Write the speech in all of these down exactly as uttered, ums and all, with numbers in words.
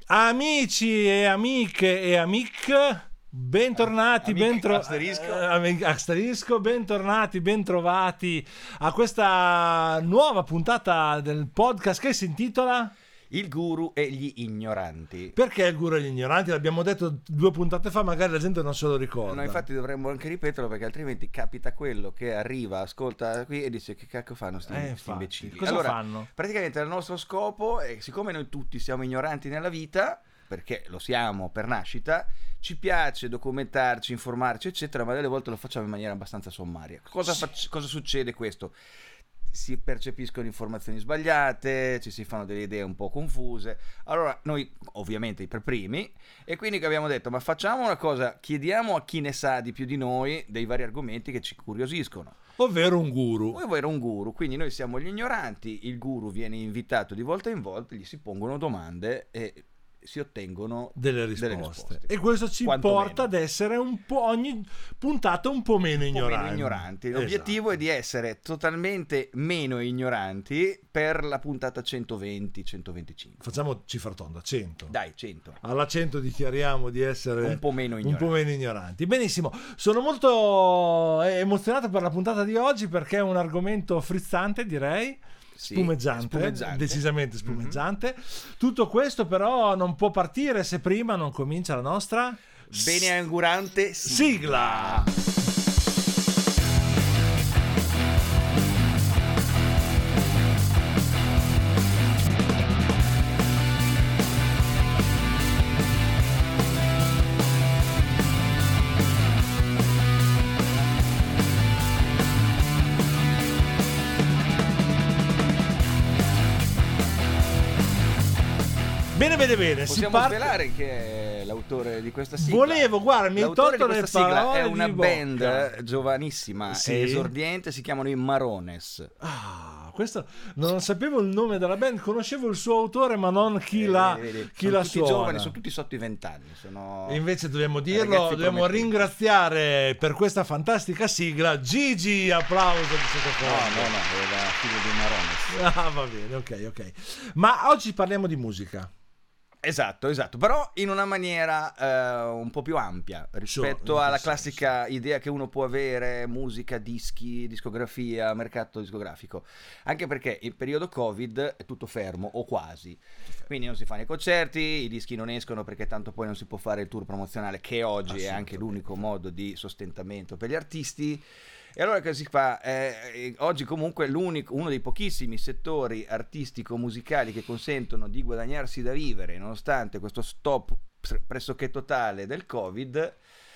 Amici e amiche e amic, bentornati, Amic, bentro- asterisco. eh, asterisco, bentornati, bentrovati a questa nuova puntata del podcast che si intitola Il guru e gli ignoranti. Perché il guru e gli ignoranti? L'abbiamo detto due puntate fa, magari la gente non se lo ricorda. No, infatti dovremmo anche ripeterlo, perché altrimenti capita quello che arriva, ascolta qui e dice: che cacchio fanno sti, Eh, sti infatti. imbecilli? Cosa allora, fanno? praticamente il nostro scopo è, siccome noi tutti siamo ignoranti nella vita, perché lo siamo per nascita, ci piace documentarci, informarci eccetera, ma delle volte lo facciamo in maniera abbastanza sommaria. Cosa, fac- cosa succede questo? Si percepiscono informazioni sbagliate, ci si fanno delle idee un po' confuse. Allora noi ovviamente per primi, e quindi che abbiamo detto: ma facciamo una cosa, chiediamo a chi ne sa di più di noi dei vari argomenti che ci curiosiscono, Ovvero un guru. ovvero un guru. Quindi noi siamo gli ignoranti, il guru viene invitato di volta in volta, gli si pongono domande e si ottengono Delle risposte. delle risposte. E questo ci Quanto porta meno. ad essere un po' ogni puntata un po' meno Un po' ignoranti. meno ignoranti. L'obiettivo Esatto. è di essere totalmente meno ignoranti per la puntata centoventi centoventicinque. Facciamo cifra tonda, cento. Dai, cento. Alla cento dichiariamo di essere Un po' meno ignoranti. un po' meno ignoranti. Benissimo, sono molto emozionato per la puntata di oggi perché è un argomento frizzante, direi. Sì, Spumeggiante, spumeggiante. decisamente spumeggiante. Tutto questo però non può partire se prima non comincia la nostra Beneaugurante sigla. sigla. Bene, bene, bene. Si Possiamo parte... svelare che è l'autore di questa sigla? Volevo, guarda, mi hai L'autore tolto di le questa sigla parole è una di bocca. band giovanissima Sì. e esordiente, si chiamano i Marones. Ah, questo non sapevo il nome della band, conoscevo il suo autore, ma non chi Eh, la, vedi, vedi, chi sono la tutti suona. giovani, sono tutti sotto i vent'anni. Sono... E invece dobbiamo dirlo, ragazzi dobbiamo promettenti. ringraziare per questa fantastica sigla Gigi, applauso di No, sottofondo. no, no, era figlio dei Marones. Ah, va bene, ok, ok. Ma oggi parliamo di musica. Esatto, esatto, però in una maniera eh, un po' più ampia rispetto Sure, in alla che classica idea che uno può avere: musica, dischi, discografia, mercato discografico. Anche perché in periodo Covid è tutto fermo, o quasi. Quindi non si fanno i concerti, i dischi non escono perché tanto poi non si può fare il tour promozionale, che oggi è anche l'unico modo di sostentamento per gli artisti. E allora che si fa? Eh, oggi comunque l'unico, uno dei pochissimi settori artistico-musicali che consentono di guadagnarsi da vivere nonostante questo stop pressoché totale del Covid,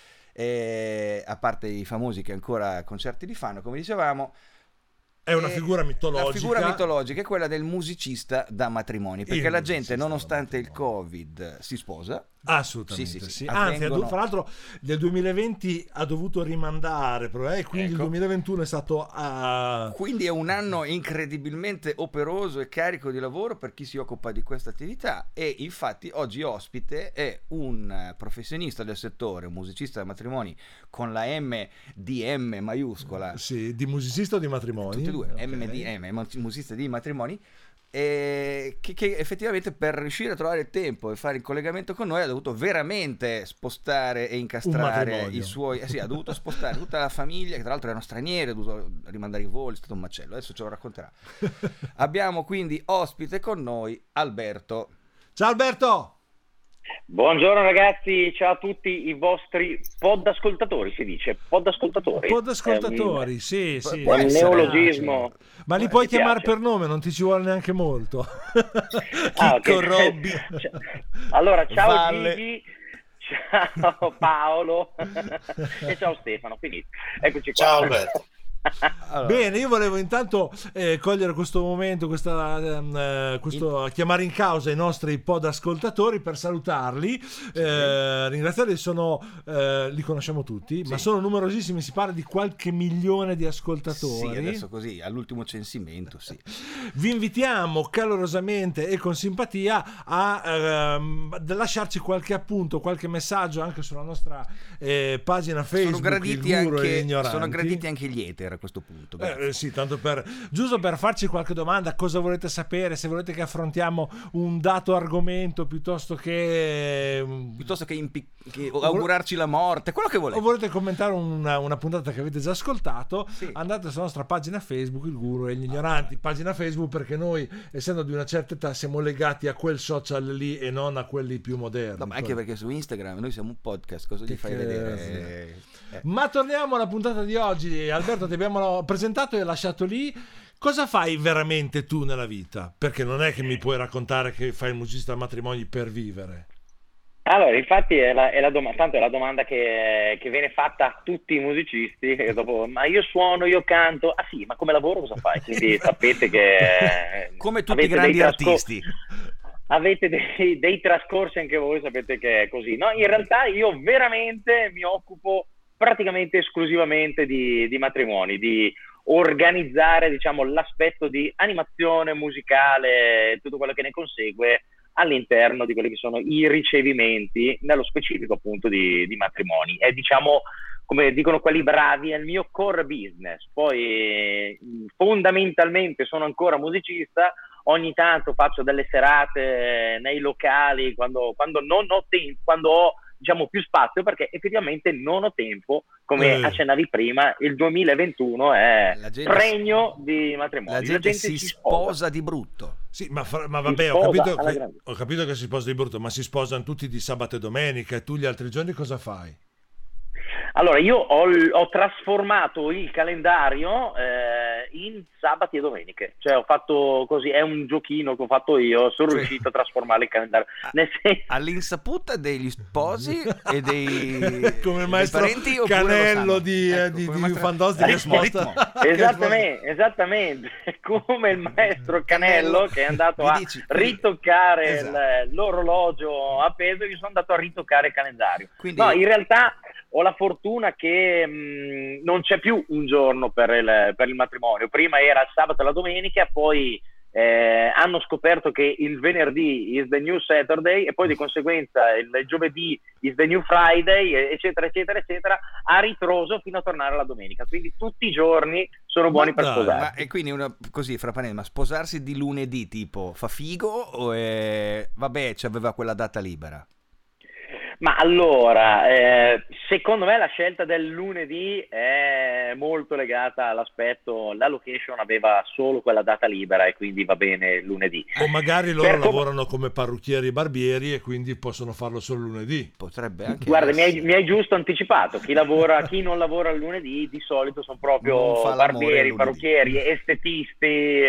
eh, a parte i famosi che ancora concerti li fanno, come dicevamo. È una E figura mitologica. La figura mitologica è quella del musicista da matrimoni, perché Il la gente, musicista da nonostante il matrimoni. Covid, si sposa. Assolutamente Sì, sì, sì, sì. Anzi, ha Avvengono- dov- fra l'altro nel duemilaventi ha dovuto rimandare, però, e quindi Ecco. il duemilaventuno è stato a... Quindi è un anno incredibilmente operoso e carico di lavoro per chi si occupa di questa attività, e infatti oggi ospite è un professionista del settore, un musicista da matrimoni con la M D M maiuscola, Sì, di musicista o di matrimoni? tutti e due, Ok. M D M, musicista di matrimoni, e che, che effettivamente per riuscire a trovare il tempo e fare il collegamento con noi ha dovuto veramente spostare e Un incastrare matrimonio. i suoi, eh sì, ha dovuto spostare tutta la famiglia, che tra l'altro erano stranieri, ha dovuto rimandare i voli, è stato un macello, adesso ce lo racconterà. Abbiamo quindi ospite con noi Alberto. Ciao Alberto! Buongiorno ragazzi, ciao a tutti i vostri pod ascoltatori, si dice, pod ascoltatori. Pod ascoltatori, sì, sì. può È un essere, neologismo. Ma li Eh, puoi mi chiamare piace. per nome, non ti ci vuole neanche molto. Ah, ok. Chicco Robby. Allora, ciao Valle. Gigi, ciao Paolo e ciao Stefano, finito. Eccoci qua. Ciao Alberto. Allora, Bene, io volevo intanto eh, cogliere questo momento, questa, ehm, eh, questo, chiamare in causa i nostri pod ascoltatori per salutarli, eh, ringraziarli. Sono, eh, li conosciamo tutti, ma Sì. sono numerosissimi, si parla di qualche milione di ascoltatori. sì, adesso così, all'ultimo censimento, sì. Vi invitiamo calorosamente e con simpatia a ehm, lasciarci qualche appunto, qualche messaggio anche sulla nostra eh, pagina Facebook. Sono graditi, Il Guru e gli anche, Ignoranti. sono graditi anche gli ether, sapere a questo punto. Eh, sì, tanto per giusto per farci qualche domanda, cosa volete sapere, se volete che affrontiamo un dato argomento piuttosto che piuttosto che, impi- che augurarci la morte, quello che volete. O volete commentare una, una puntata che avete già ascoltato, sì. andate sulla nostra pagina Facebook, Il Guru e gli Ignoranti, pagina Facebook, perché noi, essendo di una certa età, siamo legati a quel social lì e non a quelli più moderni. No, ma anche perché su Instagram noi siamo un podcast, cosa gli fai che vedere? Eh. Ma torniamo alla puntata di oggi. Alberto, ti abbiamo presentato e lasciato lì. Cosa fai veramente tu nella vita? Perché non è che mi puoi raccontare che fai il musicista a matrimoni per vivere. Allora, infatti è la, è la domanda, tanto è la domanda che, che viene fatta a tutti i musicisti, e dopo, ma io suono, io canto, ah sì, ma come lavoro cosa fai? Quindi sapete che... come tutti i grandi trascor- artisti. Avete dei, dei trascorsi anche voi, sapete che è così. No, in realtà io veramente mi occupo praticamente esclusivamente di, di matrimoni, di organizzare, diciamo, l'aspetto di animazione musicale, tutto quello che ne consegue all'interno di quelli che sono i ricevimenti, nello specifico appunto di, di matrimoni. È, diciamo, come dicono quelli bravi, è il mio core business. Poi fondamentalmente sono ancora musicista, ogni tanto faccio delle serate nei locali quando, quando non ho tempo, quando ho, diciamo, più spazio, perché effettivamente non ho tempo, come eh. accennavi prima. Il duemilaventuno è regno di matrimoni, la gente, la gente si, si sposa. sposa di brutto. Sì, ma, fra, ma vabbè, ho capito, che, ho capito che si sposa di brutto, ma si sposano tutti di sabato e domenica, e tu gli altri giorni cosa fai? Allora, io ho, ho trasformato il calendario eh, in sabati e domeniche, cioè ho fatto così, è un giochino che ho fatto io, sono cioè, riuscito a trasformare il calendario. Nel senso... all'insaputa degli sposi e dei, come il maestro dei parenti, Canello di, ecco, di, di Fandozzi che sposta. Esattamente, esattamente, come il maestro Canello che è andato a dici, ritoccare esatto. il, l'orologio appeso, io sono andato a ritoccare il calendario. Quindi... No, in realtà... ho la fortuna che mh, non c'è più un giorno per il, per il matrimonio. Prima era il sabato e la domenica, poi eh, hanno scoperto che il venerdì is the new Saturday, e poi di conseguenza il giovedì is the new Friday, eccetera eccetera eccetera, a ritroso fino a tornare alla domenica. Quindi tutti i giorni sono buoni ma per sposarsi. Ma, e quindi una, così fra parentesi, ma sposarsi di lunedì tipo fa figo o è... vabbè, c'aveva quella data libera? Ma allora, eh, secondo me la scelta del lunedì è molto legata all'aspetto, la location aveva solo quella data libera e quindi va bene lunedì. O magari loro per lavorano com- come parrucchieri e barbieri e quindi possono farlo solo lunedì. Potrebbe anche Guarda, mi hai, mi hai giusto anticipato, chi lavora, chi non lavora il lunedì di solito sono proprio barbieri, parrucchieri, estetisti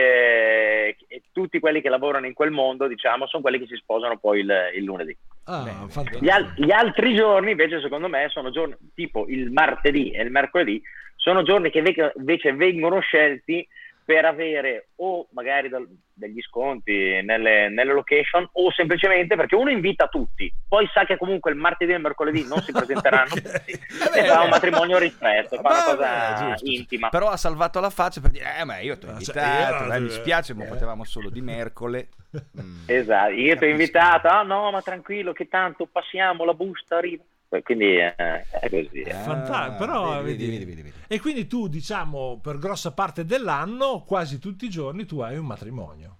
e, e tutti quelli che lavorano in quel mondo, diciamo, sono quelli che si sposano poi il, il lunedì. Ah, bene, gli, al- gli altri giorni invece secondo me sono giorni tipo il martedì e il mercoledì, sono giorni che ve- invece vengono scelti per avere o magari del- degli sconti nelle, nelle location, o semplicemente perché uno invita tutti, poi sa che comunque il martedì e il mercoledì non si presenteranno okay. tutti, e fa un matrimonio ristretto, fa una cosa beh, intima. Però ha salvato la faccia per dire eh ma io ti ho invitato, cioè, io, eh, mi spiace, ma eh. potevamo solo di mercoledì. Mm. Esatto, io ti ho invitato, ah no ma tranquillo che tanto passiamo, la busta arriva, quindi eh, è così. È fantastico, però vedi, vedi, vedi, vedi, vedi. E quindi tu, diciamo, per grossa parte dell'anno, quasi tutti i giorni tu hai un matrimonio.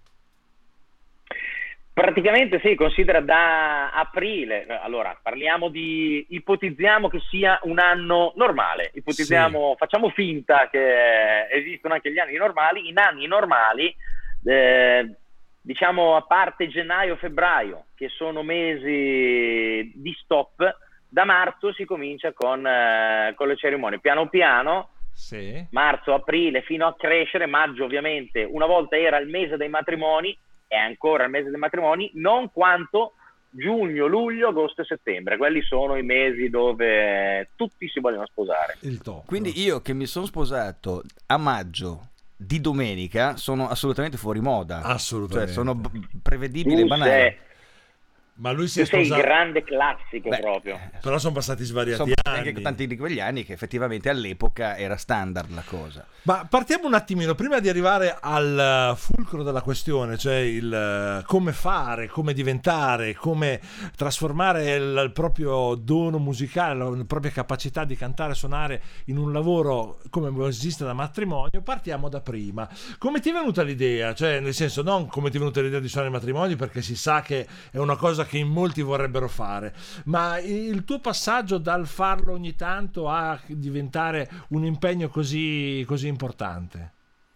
Praticamente sì, considera da aprile, allora parliamo di, ipotizziamo che sia un anno normale, ipotizziamo, sì. Facciamo finta che esistono anche gli anni normali, in anni normali eh, diciamo a parte gennaio-febbraio, che sono mesi di stop, da marzo si comincia con, eh, con le cerimonie, piano piano, sì. Marzo, aprile, fino a crescere, maggio ovviamente, una volta era il mese dei matrimoni, è ancora il mese dei matrimoni, non quanto giugno, luglio, agosto e settembre, quelli sono i mesi dove tutti si vogliono sposare. Il top. Quindi io che mi sono sposato a maggio, di domenica, sono assolutamente fuori moda. Assolutamente. Cioè sono b- prevedibile e banale. Ma lui si è Tu sei il sposato. grande classico. Beh, proprio. Però sono passati svariati Sono anni. anche tanti di quegli anni che effettivamente all'epoca era standard la cosa. Ma partiamo un attimino prima di arrivare al fulcro della questione, cioè il come fare, come diventare, come trasformare il, il proprio dono musicale, la, la propria capacità di cantare e suonare in un lavoro come musicista da matrimonio. Partiamo da prima. Come ti è venuta l'idea? Cioè, nel senso, non come ti è venuta l'idea di suonare i matrimoni, perché si sa che è una cosa che in molti vorrebbero fare, ma il tuo passaggio dal farlo ogni tanto a diventare un impegno così, così importante.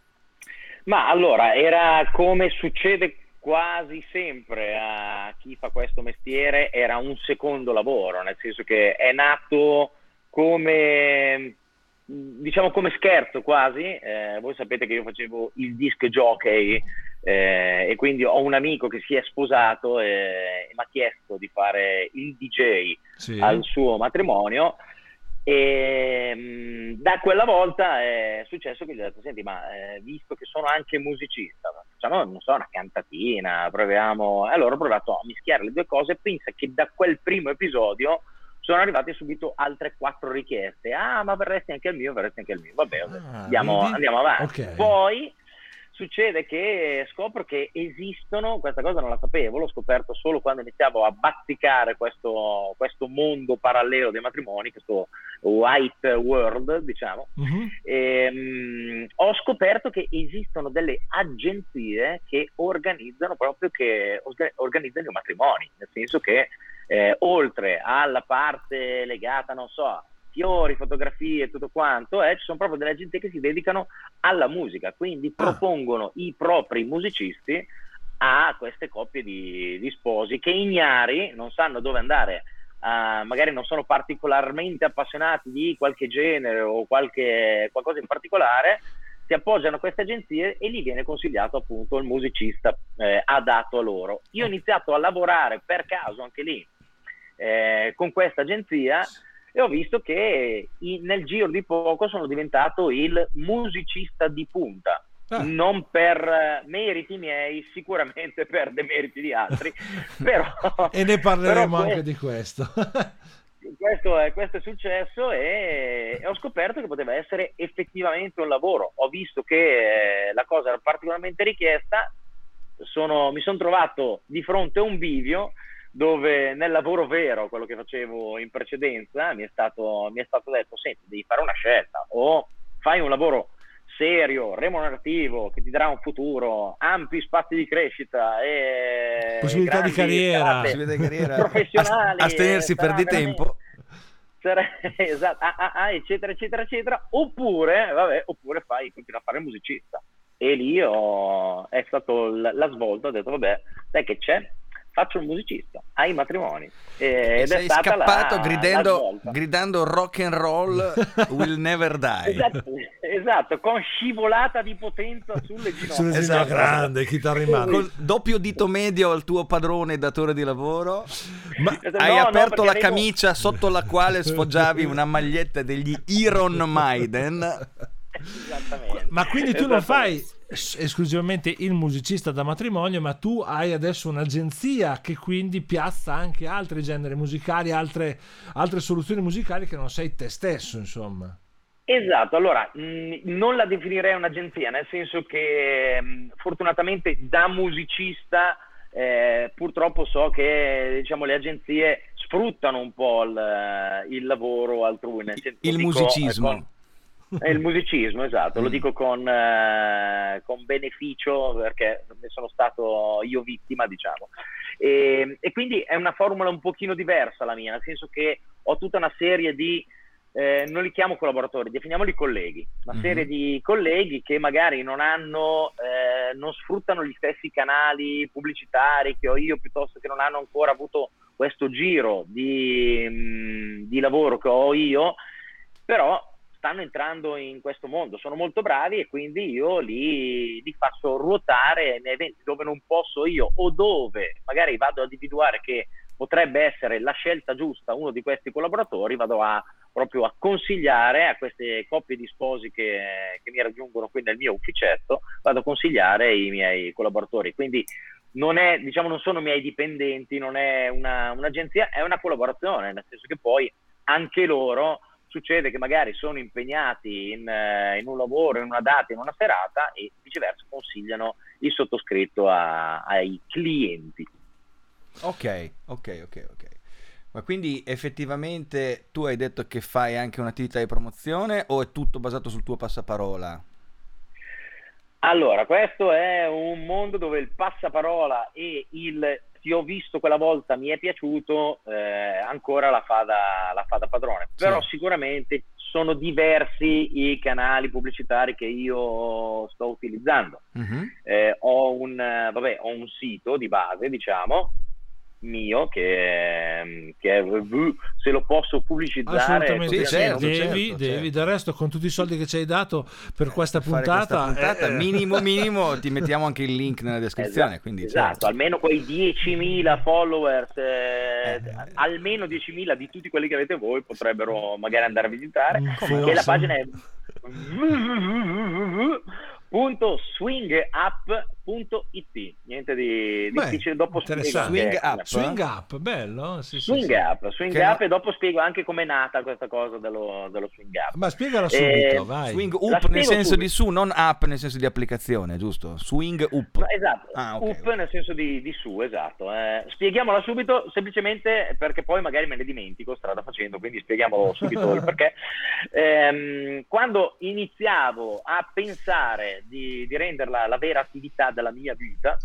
Ma allora, era come succede quasi sempre a chi fa questo mestiere, era un secondo lavoro, nel senso che è nato come, diciamo, come scherzo quasi. Eh, voi sapete che io facevo il disc jockey, eh, e quindi ho un amico che si è sposato e, e mi ha chiesto di fare il D J Sì. al suo matrimonio. E mh, da quella volta è successo che gli ho detto: senti, ma eh, visto che sono anche musicista, facciamo, non so, una cantatina, proviamo. E allora ho provato a mischiare le due cose, e pensa che da quel primo episodio sono arrivate subito altre quattro richieste. Ah, ma verresti anche al mio, verresti anche al mio. Vabbè, ho detto, Ah, andiamo, vedi? andiamo avanti. Ok. Poi succede che scopro che esistono, questa cosa non la sapevo, l'ho scoperto solo quando iniziavo a bazzicare questo, questo mondo parallelo dei matrimoni, questo white world, diciamo. Mhm. E, mh, ho scoperto che esistono delle agenzie che organizzano proprio che orga- organizzano i matrimoni, nel senso che eh, oltre alla parte legata, non so, fiori, fotografie e tutto quanto, eh, ci sono proprio delle agenzie che si dedicano alla musica, quindi Ah. propongono i propri musicisti a queste coppie di, di sposi che ignari, non sanno dove andare, uh, magari non sono particolarmente appassionati di qualche genere o qualche, qualcosa in particolare, si appoggiano a queste agenzie e gli viene consigliato appunto il musicista eh, adatto a loro. Io ho iniziato a lavorare per caso anche lì eh, con questa agenzia, e ho visto che in, nel giro di poco sono diventato il musicista di punta. Ah. Non per meriti miei, sicuramente per demeriti di altri, però, E ne parleremo però anche que- di questo. questo è, questo è successo, e, e ho scoperto che poteva essere effettivamente un lavoro. Ho visto che eh, la cosa era particolarmente richiesta, sono, mi sono trovato di fronte a un bivio dove nel lavoro vero, quello che facevo in precedenza, mi è stato, mi è stato detto: senti, devi fare una scelta, o fai un lavoro serio, remunerativo, che ti darà un futuro, ampi spazi di crescita e Possibilità di grandi carriera. serate Possibilità di carriera. professionali, Ast- astenersi sarà per di veramente- tempo. sarà- esatto, ah, ah, ah, eccetera eccetera eccetera, oppure vabbè, oppure fai, continua a fare il musicista. E lì ho, è stato l- la svolta, ho detto vabbè, sai che c'è? Faccio il musicista ai matrimoni. E, E ed è sei stata scappato la, la gridando, svolta. gridando rock and roll will never die. Esatto, esatto, con scivolata di potenza sulle ginocchia. Sulle ginocchia, Esatto. grande, chitarra in mano. Col doppio dito medio al tuo padrone e datore di lavoro. Ma No, Hai no, aperto la perché avevo- camicia sotto la quale sfoggiavi una maglietta degli Iron Maiden. Esattamente. Ma quindi tu non fai Esattamente. es- esclusivamente il musicista da matrimonio, ma tu hai adesso un'agenzia che quindi piazza anche altri generi musicali, altre, altre soluzioni musicali che non sei te stesso, insomma. Esatto, allora mh, non la definirei un'agenzia, nel senso che mh, fortunatamente da musicista eh, purtroppo so che, diciamo, le agenzie sfruttano un po' il, il lavoro altrui, nel senso, Il lo dico, musicismo. eh, con- è il musicismo, esatto, lo Mm. dico con, eh, con beneficio, perché ne sono stato io vittima, diciamo. E, e quindi è una formula un pochino diversa la mia, nel senso che ho tutta una serie di, eh, non li chiamo collaboratori, definiamoli colleghi, una Mhm. serie di colleghi che magari non hanno, eh, non sfruttano gli stessi canali pubblicitari che ho io, piuttosto che non hanno ancora avuto questo giro di, mh, di lavoro che ho io, però stanno entrando in questo mondo, sono molto bravi, e quindi io li, li faccio ruotare in eventi dove non posso io, o dove magari vado a individuare che potrebbe essere la scelta giusta uno di questi collaboratori, vado a proprio a consigliare a queste coppie di sposi che, che mi raggiungono qui nel mio ufficetto, vado a consigliare i miei collaboratori. Quindi non è, diciamo, non sono miei dipendenti, non è una, un'agenzia, è una collaborazione, nel senso che poi anche loro succede che magari sono impegnati in, in un lavoro, in una data, in una serata, e viceversa consigliano il sottoscritto a, ai clienti. Ok, ok, ok, ok. Ma quindi effettivamente tu hai detto che fai anche un'attività di promozione o è tutto basato sul tuo passaparola? Allora, questo è un mondo dove il passaparola e il ti ho visto quella volta, mi è piaciuto, eh, ancora la fa da, la fa da padrone. Però Sì. sicuramente sono diversi i canali pubblicitari che io sto utilizzando. Mm-hmm. Eh, ho, un, vabbè, ho un sito di base, diciamo, mio, che, che è se lo posso pubblicizzare. Assolutamente, Sì, sì, certo, devi, certo, devi. certo. Del resto, con tutti i soldi che ci hai dato per questa Fare puntata, questa puntata eh, minimo minimo ti mettiamo anche il link nella descrizione. Esatto, Quindi, esatto. certo. Almeno quei diecimila followers, eh, Eh. almeno diecimila di tutti quelli che avete voi potrebbero magari andare a visitare. Forse. Che la pagina è w punto swing up punto it. Niente di Beh, difficile, dopo interessante. spiego Swing anche- Up. Swing Up, bello. Sì, sì, Swing sì. up, swing Che up no- e dopo spiego anche com'è nata questa cosa dello, dello swing up. Ma spiegala Eh, subito, vai. Swing La up nel spiego senso subito. di su, non up nel senso di applicazione, giusto? Swing up. No, esatto, Ah, ok, up ok. nel senso di, di su, esatto. Eh, spieghiamola subito, semplicemente perché poi magari me ne dimentico strada facendo, quindi spieghiamolo subito il perché. Ehm, quando iniziavo a pensare di, di renderla la vera attività della mia vita,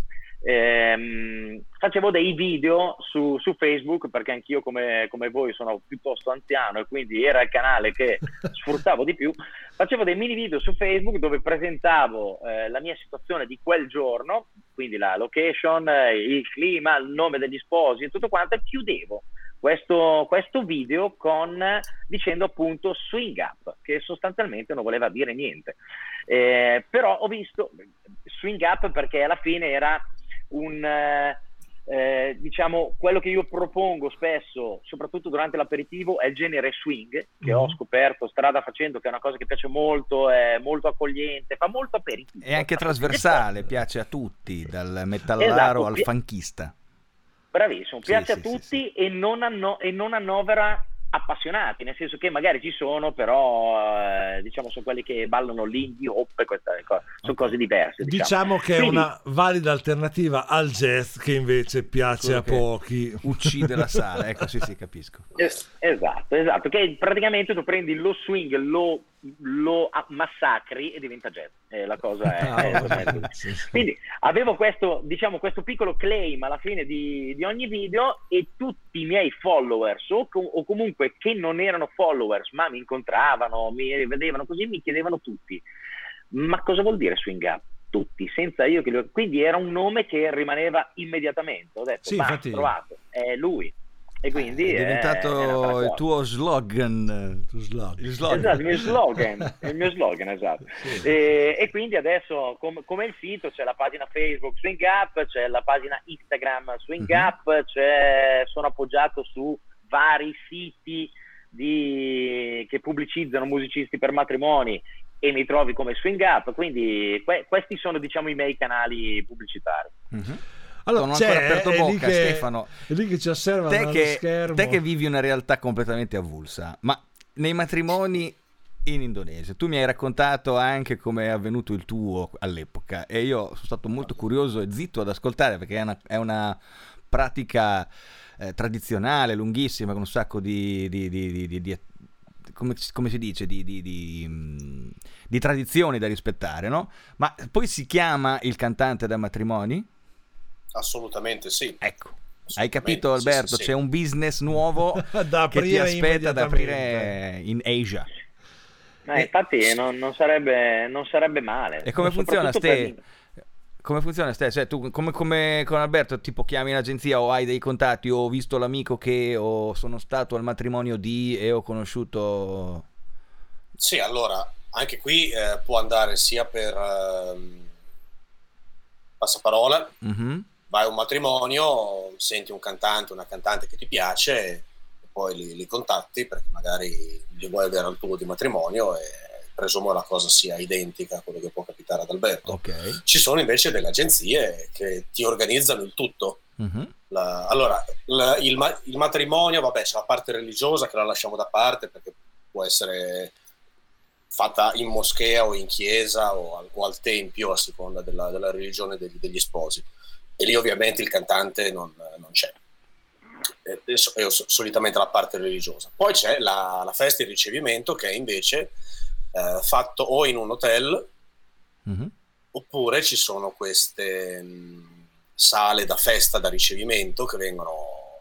ehm, facevo dei video su, su Facebook, perché anch'io come, come voi sono piuttosto anziano e quindi era il canale che sfruttavo di più. Facevo dei mini video su Facebook dove presentavo eh, la mia situazione di quel giorno, quindi la location, eh, il clima, il nome degli sposi e tutto quanto, e chiudevo questo, questo video con dicendo appunto swing up, che sostanzialmente non voleva dire niente. Eh, però ho visto swing up perché alla fine era un... Eh, Eh, diciamo, quello che io propongo spesso, soprattutto durante l'aperitivo, è il genere swing, che Mm. ho scoperto strada facendo, che è una cosa che piace molto, è molto accogliente, fa molto aperitivo. È anche trasversale, piace a tutti, dal metallaro Esatto, al pi- funchista. Bravissimo, Sì, piace sì, a sì, tutti sì. E, non anno- e non annovera appassionati, nel senso che magari ci sono, però eh, diciamo sono quelli che ballano l'indie hop e queste cose, sono Ok. cose diverse. Diciamo, Diciamo che è Quindi- una valida alternativa al jazz, che invece piace Quello a che pochi. Uccide la sala, ecco, sì, sì, capisco. Es- esatto, esatto, che praticamente tu prendi lo swing, lo, lo a- massacri e diventa jazz. Eh, la cosa è, Ah, è esattamente così. sì, sì. Quindi avevo questo, diciamo, questo piccolo claim alla fine di, di ogni video, e tutti i miei followers o, com- o comunque che non erano followers ma mi incontravano, mi vedevano così, mi chiedevano tutti: ma cosa vuol dire swing up? Tutti, senza io che lo... Quindi era un nome che rimaneva immediatamente. Ho detto, Sì, ma infatti- trovato, è lui. E quindi è diventato è un'altra il cosa. tuo slogan. Tu slog. Il slogan. Esatto, il mio slogan, il mio slogan, esatto. E, e quindi adesso, com- come il sito, c'è la pagina Facebook Swing Up, c'è la pagina Instagram Swing Mhm. Up, c'è, sono appoggiato su vari siti di, che pubblicizzano musicisti per matrimoni, e mi trovi come Swing Up, quindi que- questi sono, diciamo, i miei canali pubblicitari. Mhm. Allora, Non ho c'è, ancora aperto è lì bocca, che- Stefano. È lì che ci osserva Te dallo che, schermo. te che vivi una realtà completamente avulsa, ma nei matrimoni in Indonesia, tu mi hai raccontato anche come è avvenuto il tuo all'epoca, e io sono stato molto curioso e zitto ad ascoltare, perché è una, è una pratica eh, tradizionale, lunghissima, con un sacco di, di, di, di, di- di- come, come si dice, di, di, di, mh, di tradizioni da rispettare, no? Ma poi si chiama il cantante da matrimoni? Assolutamente sì. Ecco. Assolutamente, Hai capito, sì, Alberto? sì, sì. C'è un business nuovo Da che ti aprire aspetta ad immediatamente. aprire in Asia. Eh, infatti non, non sarebbe, non sarebbe male. E come funziona, Soprattutto Ste? per- Come funziona, Ste? Cioè, tu come, come con Alberto, tipo chiami l'agenzia o hai dei contatti, o ho visto l'amico che, o sono stato al matrimonio di e ho conosciuto... Sì, allora, anche qui eh, può andare sia per ehm, passaparola, Mhm. vai a un matrimonio, senti un cantante, una cantante che ti piace, e poi li, li contatti perché magari li vuoi avere al tuo di matrimonio, e presumo la cosa sia identica a quello che può capitare ad Alberto. Okay. Ci sono invece delle agenzie che ti organizzano il tutto. Mm-hmm. La, allora, la, il, il matrimonio, vabbè, c'è la parte religiosa che la lasciamo da parte perché può essere fatta in moschea o in chiesa o al, o al tempio a seconda della, della religione degli, degli sposi, e lì ovviamente il cantante non, non c'è, è, è, è solitamente la parte religiosa. Poi c'è la, la festa di ricevimento, che è invece eh, fatto o in un hotel, mm-hmm. oppure ci sono queste mh, sale da festa da ricevimento che vengono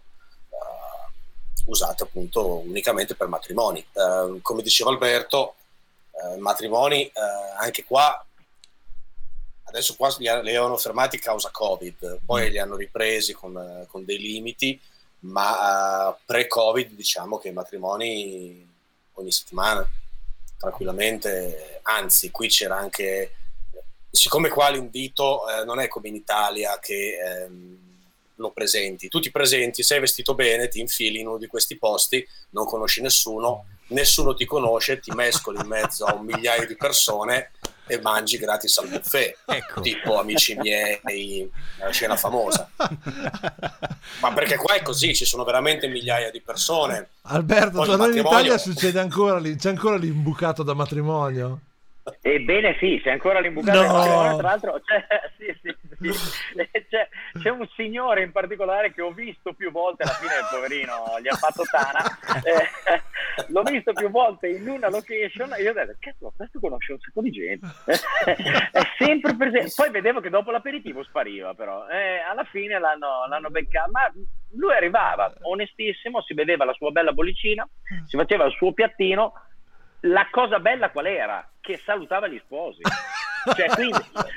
uh, usate appunto unicamente per matrimoni. Uh, come diceva Alberto, uh, matrimoni uh, anche qua adesso qua li, li avevano fermati causa Covid, poi mm. li hanno ripresi con, uh, con dei limiti, ma uh, pre-Covid diciamo che i matrimoni ogni settimana tranquillamente, anzi qui c'era anche, siccome qua l'invito eh, non è come in Italia che ehm, lo presenti, tu ti presenti, sei vestito bene, ti infili in uno di questi posti, non conosci nessuno, nessuno ti conosce, ti mescoli in mezzo a un migliaio di persone e mangi gratis al buffet, ecco. Tipo Amici miei, la scena famosa. Ma perché qua è così, ci sono veramente migliaia di persone. Alberto, tornando matrimonio... in Italia succede ancora lì, c'è ancora l'imbucato da matrimonio? Ebbene sì, c'è ancora l'imbucato, no. Tra l'altro c'è, sì, sì, sì. C'è, c'è un signore in particolare che ho visto più volte, alla fine il poverino gli ha fatto tana, eh, l'ho visto più volte in una location e io ho detto, cazzo, questo conosce un sacco di gente, è sempre presente. Poi vedevo che dopo l'aperitivo spariva, però eh, alla fine l'hanno, l'hanno beccato, ma lui arrivava onestissimo, si beveva la sua bella bollicina, si faceva il suo piattino. La cosa bella qual era? Che salutava gli sposi. Cioè, quindi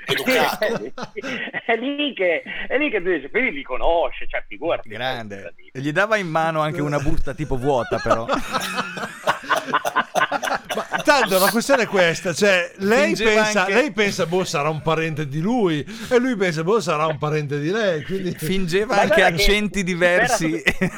è lì che è lì che tu dici, quindi li conosce, cioè figurati. Grande. E gli dava in mano anche una busta tipo vuota, però. Ma tanto la questione è questa, cioè lei Fingeva pensa, anche... lei pensa boh sarà un parente di lui e lui pensa boh sarà un parente di lei, quindi... Fingeva anche accenti diversi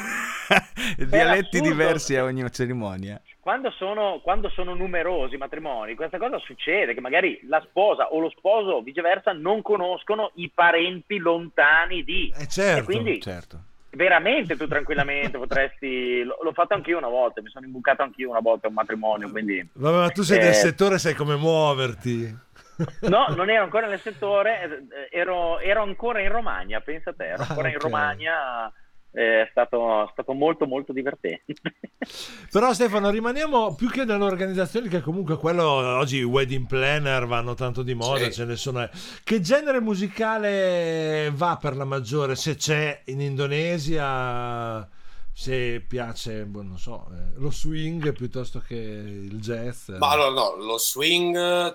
dialetti diversi a ogni cerimonia. Quando sono, quando sono numerosi matrimoni, questa cosa succede, che magari la sposa o lo sposo, viceversa, non conoscono i parenti lontani di... Eh certo, e quindi certo. veramente tu tranquillamente potresti... L'ho fatto anch'io una volta, mi sono imbucato anch'io una volta a un matrimonio, quindi... Vabbè, ma tu sei eh... del settore, sai come muoverti. No, non ero ancora nel settore, ero, ero ancora in Romagna, pensa te, ero ancora ah, okay. in Romagna... È stato, stato molto molto divertente. Però Stefano, rimaniamo più che nell'organizzazione, che comunque quello oggi i wedding planner vanno tanto di moda, sì. Ce ne sono. Che genere musicale va per la maggiore, se c'è in Indonesia, se piace, boh, non so, eh, lo swing piuttosto che il jazz? Ma allora no, lo swing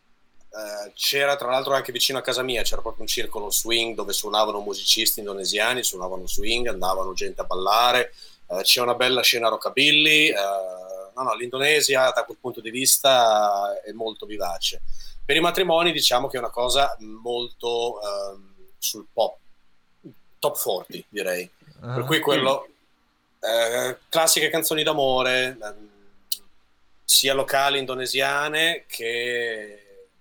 Uh, c'era tra l'altro anche vicino a casa mia, c'era proprio un circolo swing dove suonavano musicisti indonesiani, suonavano swing, andavano gente a ballare, uh, c'è una bella scena rockabilly, uh, no no l'Indonesia da quel punto di vista è molto vivace. Per i matrimoni diciamo che è una cosa molto uh, sul pop, top quaranta direi, uh-huh. Per cui quello uh, classiche canzoni d'amore, uh, sia locali indonesiane che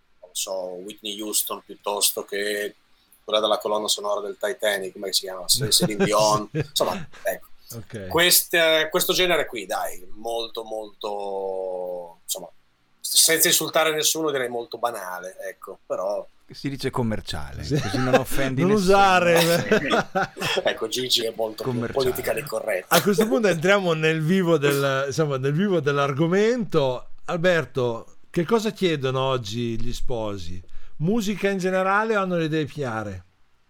so Whitney Houston piuttosto che quella della colonna sonora del Titanic, come si chiama? Celine Dion, insomma, ecco. Okay. Queste, questo genere qui, dai, molto molto, insomma, senza insultare nessuno direi molto banale, ecco, però si dice commerciale, sì. Così non offendi non nessuno. Usare ecco, Gigi è molto politically corretto. A questo punto entriamo nel vivo del, insomma, nel vivo dell'argomento. Alberto, che cosa chiedono oggi gli sposi? Musica in generale o hanno le idee chiare?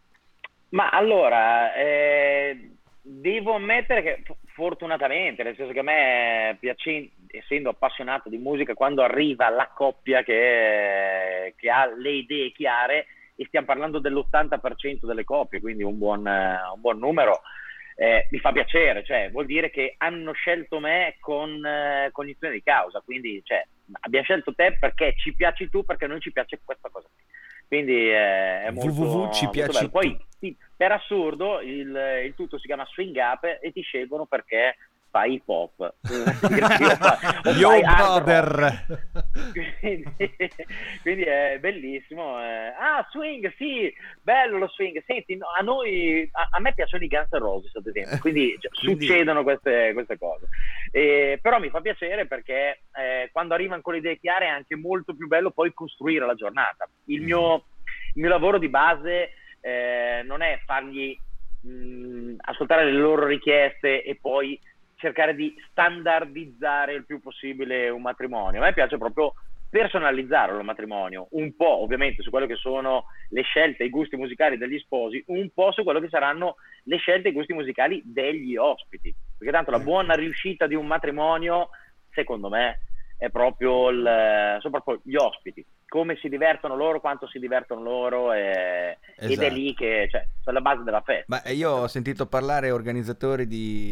Ma allora, eh, devo ammettere che fortunatamente, nel senso che a me piace, essendo appassionato di musica, quando arriva la coppia che, che ha le idee chiare, e stiamo parlando dell'ottanta per cento delle coppie, quindi un buon, un buon numero, eh, mi fa piacere, cioè vuol dire che hanno scelto me con eh, cognizione di causa, quindi cioè, abbiamo scelto te perché ci piaci tu, perché a noi ci piace questa cosa qui. Quindi eh, è molto, www ci molto piaci bello. Poi sì, per assurdo il, il tutto si chiama Swing Up e ti scelgono perché fai hip hop, o Yo fai hard brother. rock. quindi, quindi è bellissimo. eh. Ah, swing, sì, bello lo swing. Senti, no, a noi, a, a me piacciono i Guns N' Roses, ad esempio, quindi, cioè, Quindi- succedono queste, queste cose. Eh, però mi fa piacere perché eh, quando arrivano con le idee chiare è anche molto più bello poi costruire la giornata. Il mio, il mio lavoro di base eh, non è fargli mh, ascoltare le loro richieste e poi cercare di standardizzare il più possibile un matrimonio. A me piace proprio personalizzare il matrimonio, un po' ovviamente su quello che sono le scelte e i gusti musicali degli sposi, un po' su quello che saranno le scelte e i gusti musicali degli ospiti, perché tanto la buona riuscita di un matrimonio, secondo me, è proprio il, sono proprio gli ospiti, come si divertono loro, quanto si divertono loro, e, ed è Esatto. lì che, cioè, è la base della festa. Ma io ho sentito parlare organizzatori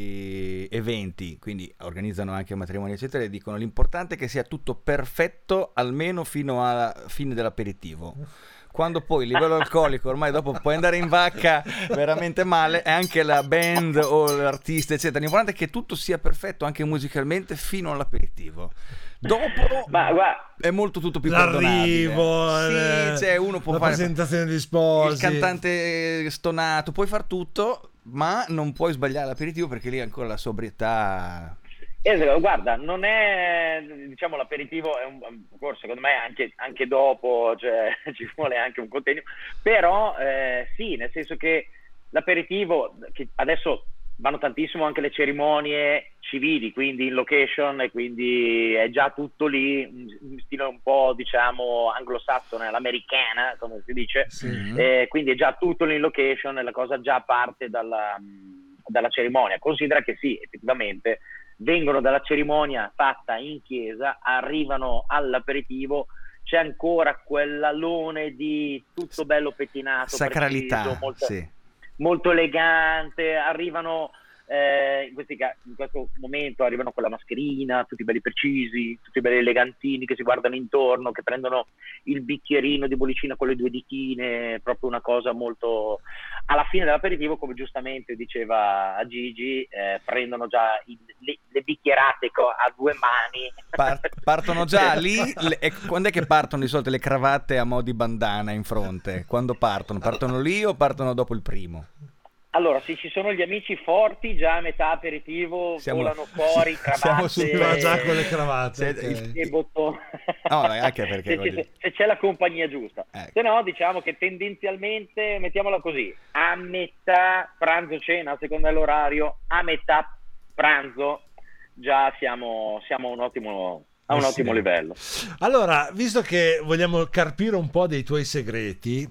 di eventi, quindi organizzano anche matrimoni eccetera, e dicono l'importante è che sia tutto perfetto almeno fino alla fine dell'aperitivo. Quando poi il livello alcolico ormai dopo puoi andare in vacca veramente male, e anche la band o l'artista eccetera, l'importante è che tutto sia perfetto anche musicalmente fino all'aperitivo. Dopo Ma guarda, è molto tutto più perdonabile. L'arrivo, Sì, eh, cioè uno può la fare presentazione di sposi, il cantante stonato, puoi far tutto, ma non puoi sbagliare l'aperitivo perché lì ancora la sobrietà. Eh, guarda, non è, diciamo, l'aperitivo è un, forse secondo me anche, anche dopo, cioè, ci vuole anche un contegno, però eh, sì, nel senso che l'aperitivo, che adesso vanno tantissimo anche le cerimonie civili, quindi in location, e quindi è già tutto lì, un stile un po', diciamo, anglosassone, all'americana, come si dice, Sì. eh, quindi è già tutto lì in location e la cosa già parte dalla, dalla cerimonia. Considera che sì, effettivamente vengono dalla cerimonia fatta in chiesa, arrivano all'aperitivo, c'è ancora quell'alone di tutto bello pettinato, Sacralità, preciso, molto, sì. molto elegante, arrivano eh, in, questi, ca- in questo momento arrivano con la mascherina, tutti belli precisi, tutti belli elegantini, che si guardano intorno, che prendono il bicchierino di bollicina con le due ditine, proprio una cosa molto... Alla fine dell'aperitivo, come giustamente diceva Gigi, eh, prendono già il, le, le bicchierate co- a due mani. Par- partono già lì. Le- e quando è che partono di solito le cravatte a mo' di bandana in fronte? Quando partono? Partono lì o partono dopo il primo? Allora, se ci sono gli amici forti, già a metà aperitivo Siamo- volano fuori cravatte siamo su- va già con le cravatte, Se- ok. e bottoni. No, anche perché se, voglio ci- dire- se c'è la compagnia giusta. Ecco. Se no, diciamo che tendenzialmente, mettiamola così, a metà pranzo-cena, a seconda dell'orario, a metà pranzo già siamo, siamo a un ottimo, a un Eh ottimo sì. livello. Allora, visto che vogliamo carpire un po' dei tuoi segreti,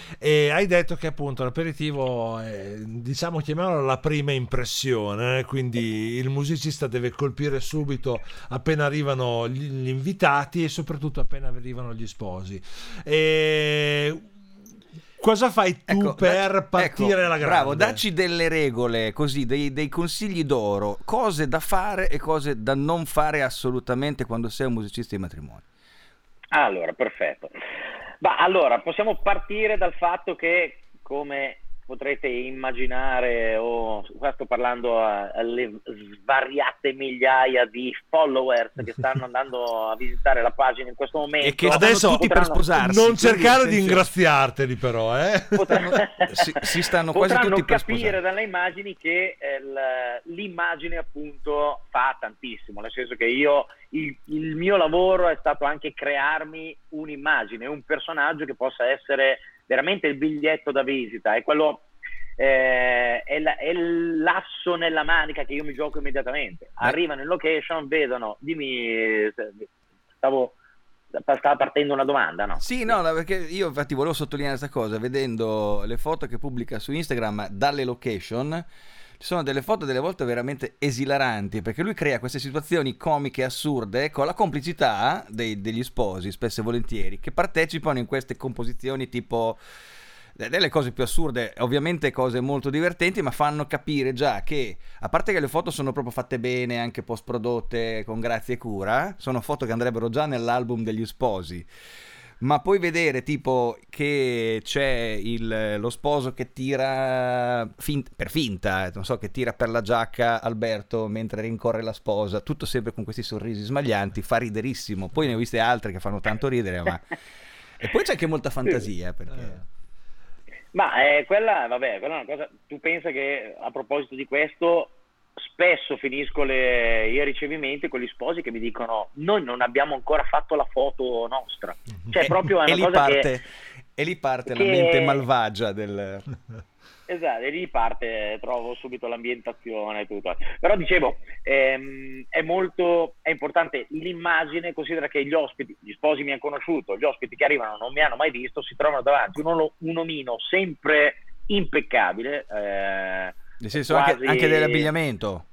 e hai detto che appunto l'aperitivo è, diciamo, chiamiamolo la prima impressione, quindi il musicista deve colpire subito appena arrivano gli, gli invitati e soprattutto appena arrivano gli sposi. E cosa fai tu Ecco, per dacci- partire ecco, la grande? Bravo, dacci delle regole, così, dei, dei consigli d'oro, cose da fare e cose da non fare assolutamente quando sei un musicista di matrimonio. Allora, perfetto. Ma allora, possiamo partire dal fatto che, come potrete immaginare, o qua sto parlando a- alle svariate migliaia di followers che stanno andando a visitare la pagina in questo momento, E che stanno Adesso tutti per potranno- sposarsi. non quindi cercare di attenzione. ingraziarteli però, eh? potranno, Si- si stanno quasi potranno tutti per capire sposare. dalle immagini che eh, l- l'immagine appunto fa tantissimo, nel senso che io il, il mio lavoro è stato anche crearmi un'immagine, un personaggio che possa essere veramente il biglietto da visita, è quello eh, è, la- è l'asso nella manica che io mi gioco immediatamente. Arrivano in location, vedono, dimmi, stavo stava partendo una domanda, no? Sì, no, no, perché io infatti volevo sottolineare questa cosa, vedendo le foto che pubblica su Instagram dalle location, ci sono delle foto delle volte veramente esilaranti, perché lui crea queste situazioni comiche assurde con la complicità dei- degli sposi, spesso e volentieri, che partecipano in queste composizioni tipo delle cose più assurde, ovviamente cose molto divertenti, ma fanno capire già che, a parte che le foto sono proprio fatte bene, anche post prodotte con grazia e cura, sono foto che andrebbero già nell'album degli sposi, Ma puoi vedere tipo che c'è il, lo sposo che tira fin- per finta, eh, non so, che tira per la giacca Alberto mentre rincorre la sposa, tutto sempre con questi sorrisi smaglianti, fa riderissimo. Poi ne ho viste altre che fanno tanto ridere, ma... E poi c'è anche molta fantasia, perché... Ma eh, quella, vabbè, quella è una cosa. Tu pensa che a proposito di questo, spesso finisco le, i ricevimenti con gli sposi che mi dicono: noi non abbiamo ancora fatto la foto nostra. Cioè, e, proprio è una e cosa lì parte, che, e lì parte che... la mente malvagia del... Esatto, e lì parte, trovo subito l'ambientazione e tutto. Però dicevo, ehm, è molto è importante l'immagine. Considera che gli ospiti, gli sposi mi hanno conosciuto, gli ospiti che arrivano non mi hanno mai visto, si trovano davanti un, un omino sempre impeccabile, eh, nel senso quasi... anche, anche dell'abbigliamento,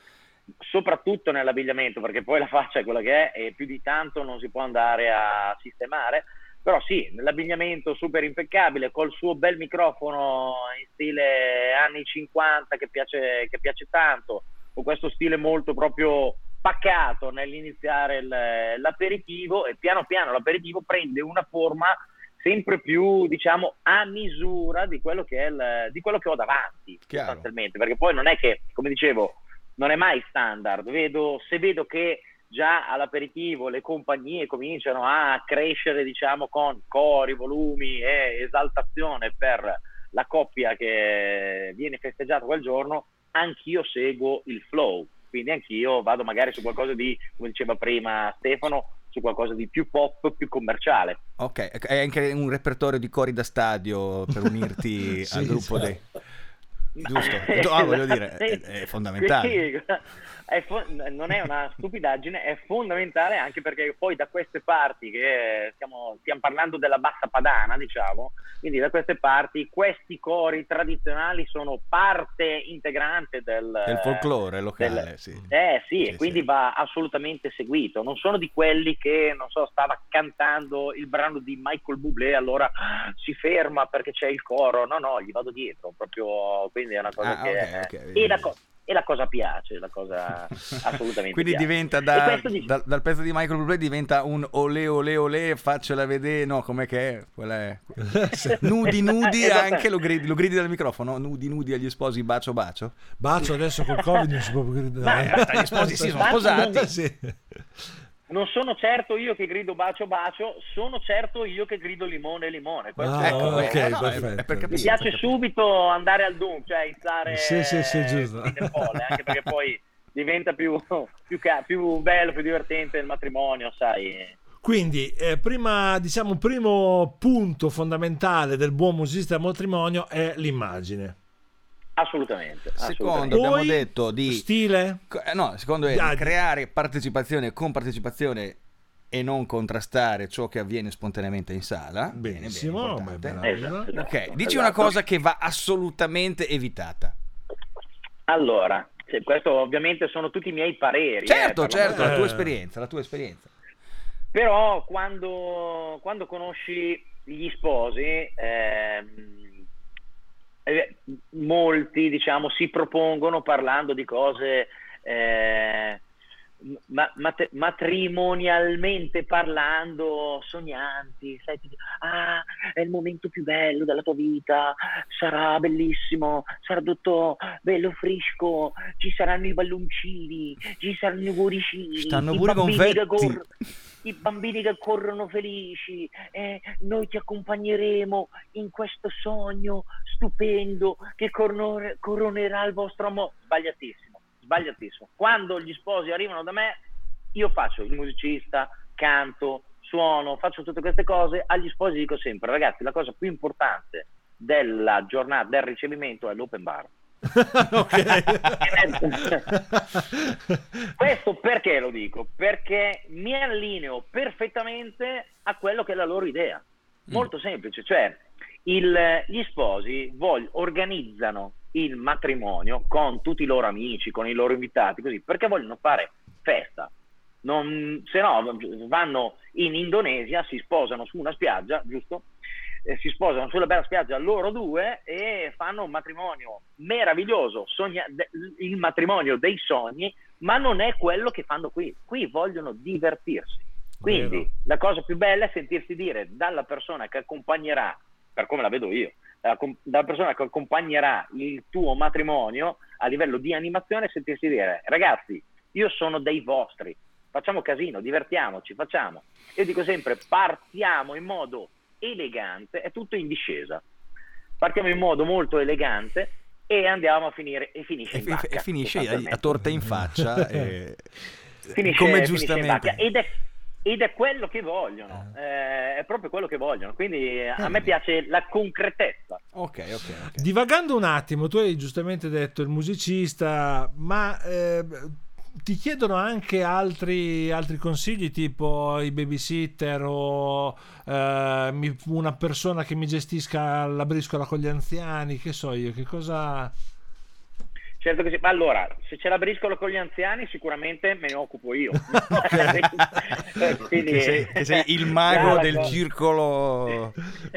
soprattutto nell'abbigliamento, perché poi la faccia è quella che è e più di tanto non si può andare a sistemare. Però sì, nell'abbigliamento super impeccabile, col suo bel microfono in stile anni cinquanta che piace, che piace tanto, con questo stile molto proprio pacato nell'iniziare il, l'aperitivo, e piano piano l'aperitivo prende una forma sempre più, diciamo, a misura di quello che è il, di quello che ho davanti, Chiaro. sostanzialmente, perché poi non è che, come dicevo, non è mai standard. Vedo, se vedo che già all'aperitivo le compagnie cominciano a crescere, diciamo, con cori, volumi e esaltazione per la coppia che viene festeggiata quel giorno, anch'io seguo il flow, quindi anch'io vado magari su qualcosa di, come diceva prima Stefano, su qualcosa di più pop, più commerciale. Ok, hai anche un repertorio di cori da stadio per unirti Sì, al gruppo sì. dei... Giusto, ah, voglio dire, è, è fondamentale. Sì, è fo- non è una stupidaggine, è fondamentale, anche perché poi da queste parti che stiamo, stiamo parlando della bassa padana, diciamo, quindi da queste parti questi cori tradizionali sono parte integrante del, del folklore locale, del, sì. Eh sì, Sì, e quindi sì. va assolutamente seguito. Non sono di quelli che, non so, stava cantando il brano di Michael Bublé, allora si ferma perché c'è il coro. No, no, gli vado dietro, proprio, quindi è una cosa Ah, che... ok, è- ok. E, la co- e la cosa piace, la cosa assolutamente Quindi piace. diventa E da, questo dice- dal, dal pezzo di Michael Bublé diventa un olè olè olè, faccela vedere, no, com'è che è? Quella è... Nudi nudi Esattamente. anche, lo gridi, lo gridi dal microfono, nudi nudi agli sposi, bacio bacio. Bacio adesso col Covid non si può più gridare. Eh, gli sposi sì, sono Bacio- sposati. Sì. Non sono certo io che grido bacio bacio, sono certo io che grido limone limone. Questo Ah, è- Ecco, ok, eh, no, no, è- perfetto. è per Mi capire. piace per capire. subito andare al Doom, cioè iniziare Sì, sì, sì, giusto. così nel folle, anche perché poi diventa più, più, ca- più bello, più divertente il matrimonio, sai. Quindi, eh, prima, diciamo, un primo punto fondamentale del buon musicista al matrimonio è l'immagine. Assolutamente. Secondo, assolutamente. abbiamo Poi, detto di... stile? Eh, No, secondo è Ah, di di- creare partecipazione con partecipazione e non contrastare ciò che avviene spontaneamente in sala. Bene, bene, Benissimo, importante. beh, bella Esatto, cosa. esatto, Ok, dici esatto. una cosa che va assolutamente evitata. Allora, cioè, questo ovviamente sono tutti i miei pareri. Certo, eh, per certo, l'amor- la tua Eh. esperienza, la tua esperienza. Però quando, quando conosci gli sposi, ehm, eh, molti, diciamo, si propongono parlando di cose eh, ma- mat- matrimonialmente parlando, sognanti, sai, ti- ah, è il momento più bello della tua vita, sarà bellissimo, sarà tutto bello fresco, ci saranno i balloncini, ci saranno i cuoricini, Stanno i pure i bambini che confetti. corrono, i bambini che corrono felici, eh, noi ti accompagneremo in questo sogno stupendo che corno- coronerà il vostro amore. Sbagliatissimo, sbagliatissimo. Quando gli sposi arrivano da me, io faccio il musicista, canto, suono, faccio tutte queste cose. Agli sposi dico sempre: ragazzi, la cosa più importante della giornata del ricevimento è l'open bar. Questo perché lo dico? Perché mi allineo perfettamente a quello che è la loro idea. Molto semplice, cioè il, gli sposi voglio, organizzano il matrimonio con tutti i loro amici, con i loro invitati, così, perché vogliono fare festa. Non, se no vanno in Indonesia, si sposano su una spiaggia, giusto? Eh, si sposano sulla bella spiaggia loro due e fanno un matrimonio meraviglioso, sogna- de- il matrimonio dei sogni, ma non è quello che fanno qui. Qui vogliono divertirsi. Quindi Vero. la cosa più bella è sentirsi dire dalla persona che accompagnerà, per come la vedo io, dalla, dalla persona che accompagnerà il tuo matrimonio a livello di animazione, sentirsi dire: ragazzi, io sono dei vostri, facciamo casino, divertiamoci, facciamo. Io dico sempre: partiamo in modo elegante, è tutto in discesa, partiamo in modo molto elegante e andiamo a finire e finisce E, in vacca, e finisce a, sostanzialmente. a torta in faccia e... Finisce, come finisce in giustamente vacca. ed è, ed è quello che vogliono, eh, è proprio quello che vogliono, quindi eh, a me piace la concretezza. ok ok, ok. Divagando un attimo, tu hai giustamente detto il musicista, ma eh, ti chiedono anche altri, altri consigli, tipo i babysitter o eh, mi- una persona che mi gestisca la briscola con gli anziani, che so io, che cosa... Certo che sì. Ma allora, se c'è la briscola con gli anziani, sicuramente me ne occupo io. Quindi, Che sei, che sei il mago già la del cosa- circolo.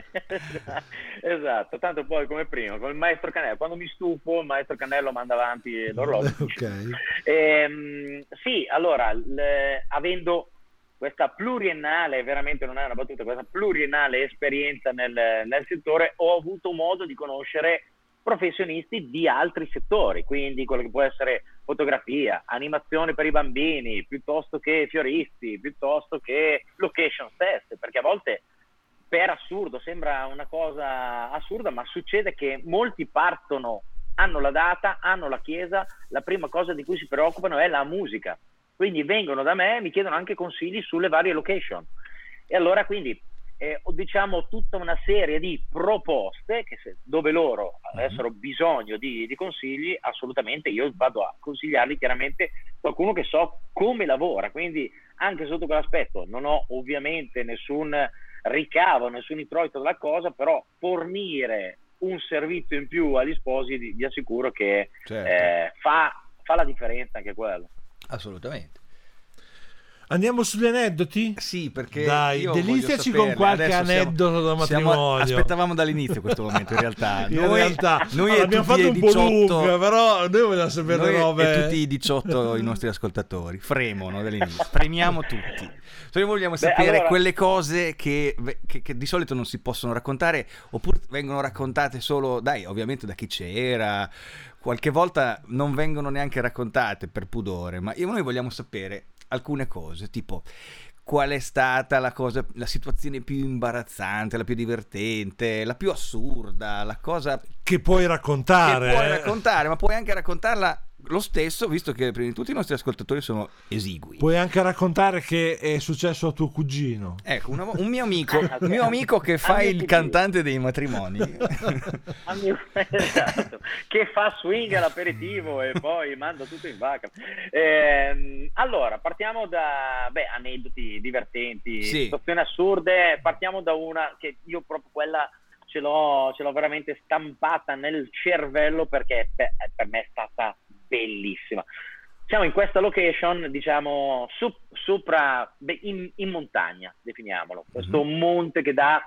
Esatto, tanto poi come prima, con il maestro Cannello, quando mi stufo, il maestro Cannello manda avanti l'orologio. Ok. Ehm, sì, allora, le- avendo questa pluriennale, veramente non è una battuta, questa pluriennale esperienza nel, nel settore, ho avuto modo di conoscere professionisti di altri settori, quindi quello che può essere fotografia, animazione per i bambini, piuttosto che fioristi, piuttosto che location stesse, perché a volte, per assurdo, sembra una cosa assurda, ma succede che molti partono, hanno la data, hanno la chiesa, la prima cosa di cui si preoccupano è la musica, quindi vengono da me e mi chiedono anche consigli sulle varie location, e allora quindi eh, ho diciamo tutta una serie di proposte che se, dove loro avessero bisogno di, di consigli, assolutamente io vado a consigliarli, chiaramente qualcuno che so come lavora, quindi anche sotto quell'aspetto non ho ovviamente nessun ricavo, nessun introito dalla cosa, però fornire un servizio in più agli sposi vi, vi assicuro che Certo. eh, fa, fa la differenza anche quello. Assolutamente. Andiamo sugli aneddoti? Sì, perché Dai, io deliziaci voglio con saperle. qualche Adesso siamo- aneddoto da siamo- matrimonio. aspettavamo dall'inizio questo momento, in realtà. In Noi, realtà, noi allora, e abbiamo tutti fatto i un po' diciotto lunga, però noi vogliamo sapere noi le robe. e tutti i diciotto i nostri ascoltatori fremono dall'inizio, premiamo tutti. Noi vogliamo Beh, sapere allora- quelle cose che, che- che di solito non si possono raccontare, oppure vengono raccontate solo, dai, ovviamente da chi c'era, qualche volta non vengono neanche raccontate per pudore, ma io- noi vogliamo sapere alcune cose, tipo qual è stata la cosa, la situazione più imbarazzante, la più divertente, la più assurda, la cosa Che puoi che raccontare. puoi eh. raccontare, ma puoi anche raccontarla lo stesso, visto che prima di tutto i nostri ascoltatori sono esigui. Puoi anche raccontare che è successo a tuo cugino. Ecco, una- un mio amico, un mio amico che fa A mio il cugino. cantante dei matrimoni. A mio- esatto, che fa swing all'aperitivo e poi manda tutto in vacca. Ehm, allora, partiamo da beh, aneddoti divertenti, Sì. situazioni assurde. Partiamo da una che io proprio quella ce l'ho, ce l'ho veramente stampata nel cervello perché per, per me è stata bellissima. Siamo in questa location, diciamo, su, sopra, beh, in, in montagna, definiamolo. Questo monte che dà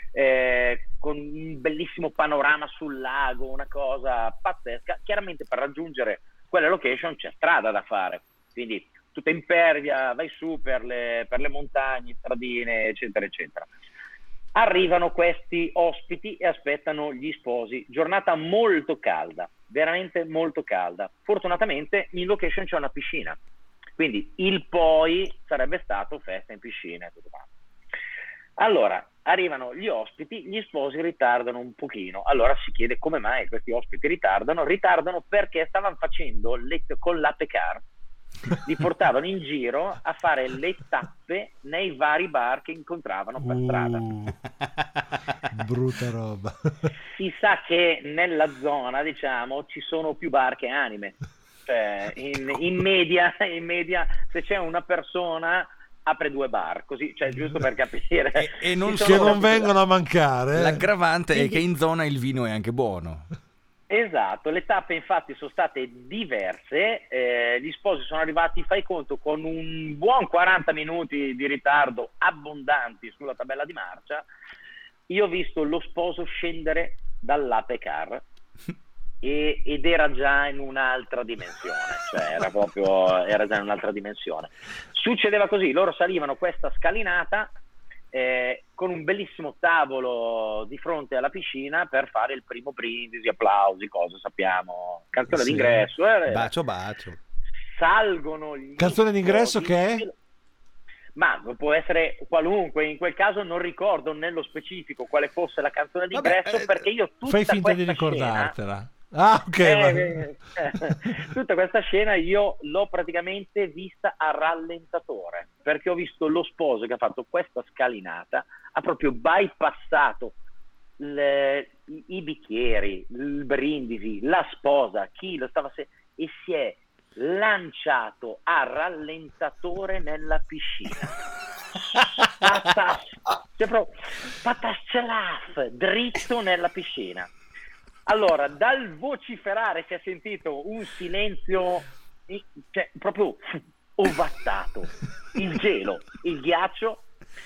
eh, con un bellissimo panorama sul lago, una cosa pazzesca. Chiaramente per raggiungere quella location c'è strada da fare, quindi tutta impervia, vai su per le, per le montagne, stradine, eccetera, eccetera. Arrivano questi ospiti e aspettano gli sposi. Giornata molto calda, veramente molto calda. Fortunatamente in location c'è una piscina, quindi il poi sarebbe stato festa in piscina e tutto quanto. Allora, arrivano gli ospiti, gli sposi ritardano un pochino. Allora si chiede come mai questi ospiti ritardano. Ritardano perché stavano facendo le, con l'Ape Car, li portavano in giro a fare le tappe nei vari bar che incontravano per strada. Uh, brutta roba. Si sa che nella zona, diciamo, ci sono più bar che anime. Cioè, in, in media, in media, se c'è una persona apre due bar, così, cioè giusto per capire. E- e non Ci Che sono non proprio- vengono a mancare. eh. L'aggravante è Quindi- che in zona il vino è anche buono. Esatto, le tappe infatti sono state diverse, eh, gli sposi sono arrivati, fai conto, con un buon quaranta minuti di ritardo abbondanti sulla tabella di marcia. Io ho visto lo sposo scendere dall'Ape Car e, ed era già in un'altra dimensione, cioè era proprio era già in un'altra dimensione. Succedeva così, loro salivano questa scalinata eh, con un bellissimo tavolo di fronte alla piscina per fare il primo brindisi, applausi, cose sappiamo, canzone Sì. d'ingresso, eh, Bacio bacio. salgono gli Canzone d'ingresso sposi, che è? ma può essere qualunque, in quel caso non ricordo nello specifico quale fosse la canzone d'ingresso. Vabbè, eh, perché io tutta Fai finta di questa ricordartela. scena, Ah, ok. eh, va- eh, tutta questa scena io l'ho praticamente vista a rallentatore, perché ho visto lo sposo che ha fatto questa scalinata, ha proprio bypassato le- i, i bicchieri, il brindisi, la sposa, chi lo stava se- e si è lanciato a rallentatore nella piscina. Patas, cioè proprio, patascelaf, dritto nella piscina. Allora, dal vociferare si è sentito un silenzio, i- cioè, proprio ovattato. Il gelo, il ghiaccio.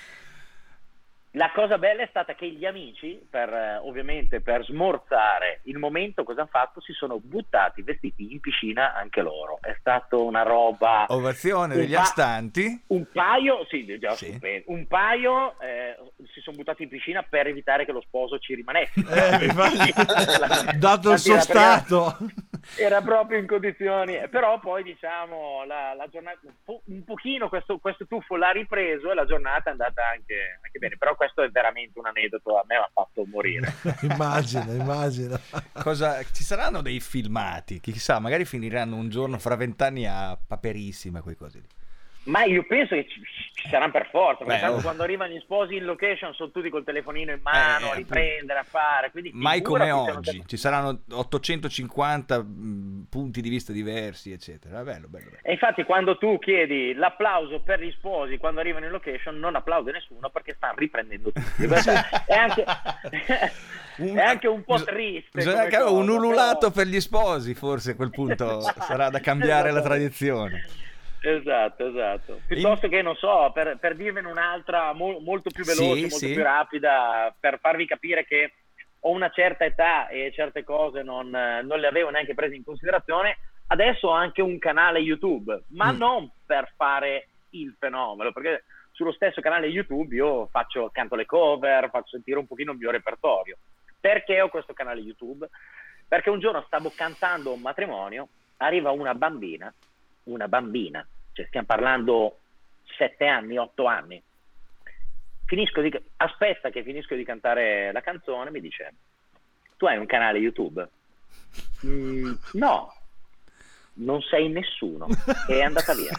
La cosa bella è stata che gli amici, per eh, ovviamente per smorzare il momento, cosa hanno fatto? Si sono buttati vestiti in piscina anche loro. È stata una roba. Ovazione un degli pa- astanti. Un paio, sì, già Sì. stupendo. Un paio eh, si sono buttati in piscina per evitare che lo sposo ci rimanesse. Eh, infatti, La- dato la il suo tira, perché stato. Era proprio in condizioni, però poi diciamo la, la giornata un, po- un pochino questo, questo tuffo l'ha ripreso e la giornata è andata anche, anche bene, però questo è veramente un aneddoto, a me mi ha fatto morire. Immagino, immagino. Cosa, ci saranno dei filmati, chissà, magari finiranno un giorno fra vent'anni a Paperissima, quei cosi lì. Ma io penso che ci, ci saranno per forza, perché Beh, tanto oh. quando arrivano gli sposi in location sono tutti col telefonino in mano Eh, a riprendere, a fare, quindi Mai come figurati se non oggi, c'è- ci saranno ottocentocinquanta mh, punti di vista diversi, eccetera. Bello, bello, bello. E infatti quando tu chiedi l'applauso per gli sposi quando arrivano in location non applaude nessuno perché stanno riprendendo tutti. Questo è anche, Un- è anche un po' bis- triste. Bisogna come che avere un cosa, ululato però- per gli sposi, forse a quel punto sarà da cambiare la Esatto. tradizione. Esatto, esatto. Piuttosto che, non so, per, per dirvene un'altra mo- molto più veloce, Sì, molto sì. più rapida, per farvi capire che ho una certa età e certe cose non, non le avevo neanche prese in considerazione. Adesso ho anche un canale YouTube, ma Mm. non per fare il fenomeno, perché sullo stesso canale YouTube io faccio, canto le cover, faccio sentire un pochino il mio repertorio. Perché ho questo canale YouTube? Perché un giorno stavo cantando a un matrimonio, arriva una bambina, una bambina, cioè stiamo parlando sette anni, otto anni. Finisco di, aspetta che finisco di cantare la canzone, mi dice: tu hai un canale YouTube? Mm, no, non sei nessuno. E è andata via.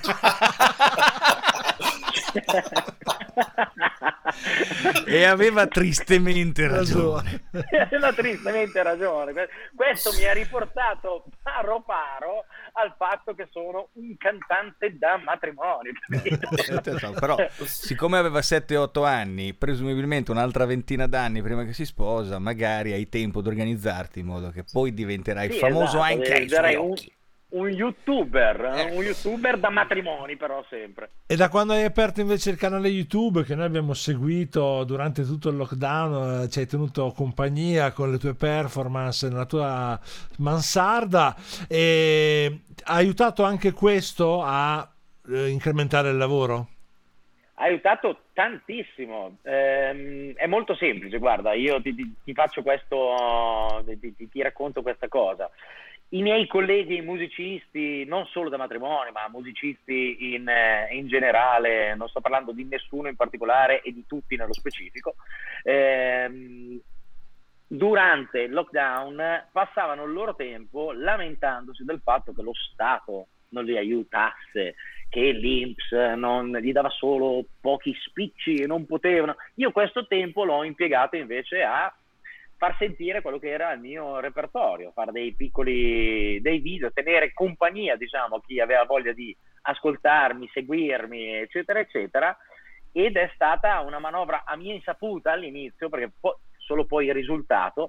E aveva tristemente ragione. Aveva tristemente ragione. Questo mi ha riportato paro paro al fatto che sono un cantante da matrimonio. Però siccome aveva sette otto anni, presumibilmente un'altra ventina d'anni prima che si sposa, magari hai tempo di organizzarti in modo che poi diventerai Sì, famoso esatto, anche ai sarei suoi un, occhi. un youtuber, Eh. un youtuber da matrimoni, però sempre. E da quando hai aperto invece il canale YouTube, che noi abbiamo seguito durante tutto il lockdown, eh, ci hai tenuto compagnia con le tue performance nella tua mansarda, e ha aiutato anche questo a eh, incrementare il lavoro? Ha aiutato tantissimo. Ehm, è molto semplice, guarda, io ti, ti- ti faccio questo, ti, ti- ti racconto questa cosa. I miei colleghi musicisti, non solo da matrimonio, ma musicisti in, eh, in generale, non sto parlando di nessuno in particolare e di tutti nello specifico, ehm, durante il lockdown passavano il loro tempo lamentandosi del fatto che lo Stato non li aiutasse, che l'I N P S non gli dava solo pochi spicci e non potevano. Io questo tempo l'ho impiegato invece a far sentire quello che era il mio repertorio, fare dei piccoli dei video, tenere compagnia, diciamo, a chi aveva voglia di ascoltarmi, seguirmi, eccetera, eccetera. Ed è stata una manovra a mia insaputa all'inizio, perché po- solo poi il risultato,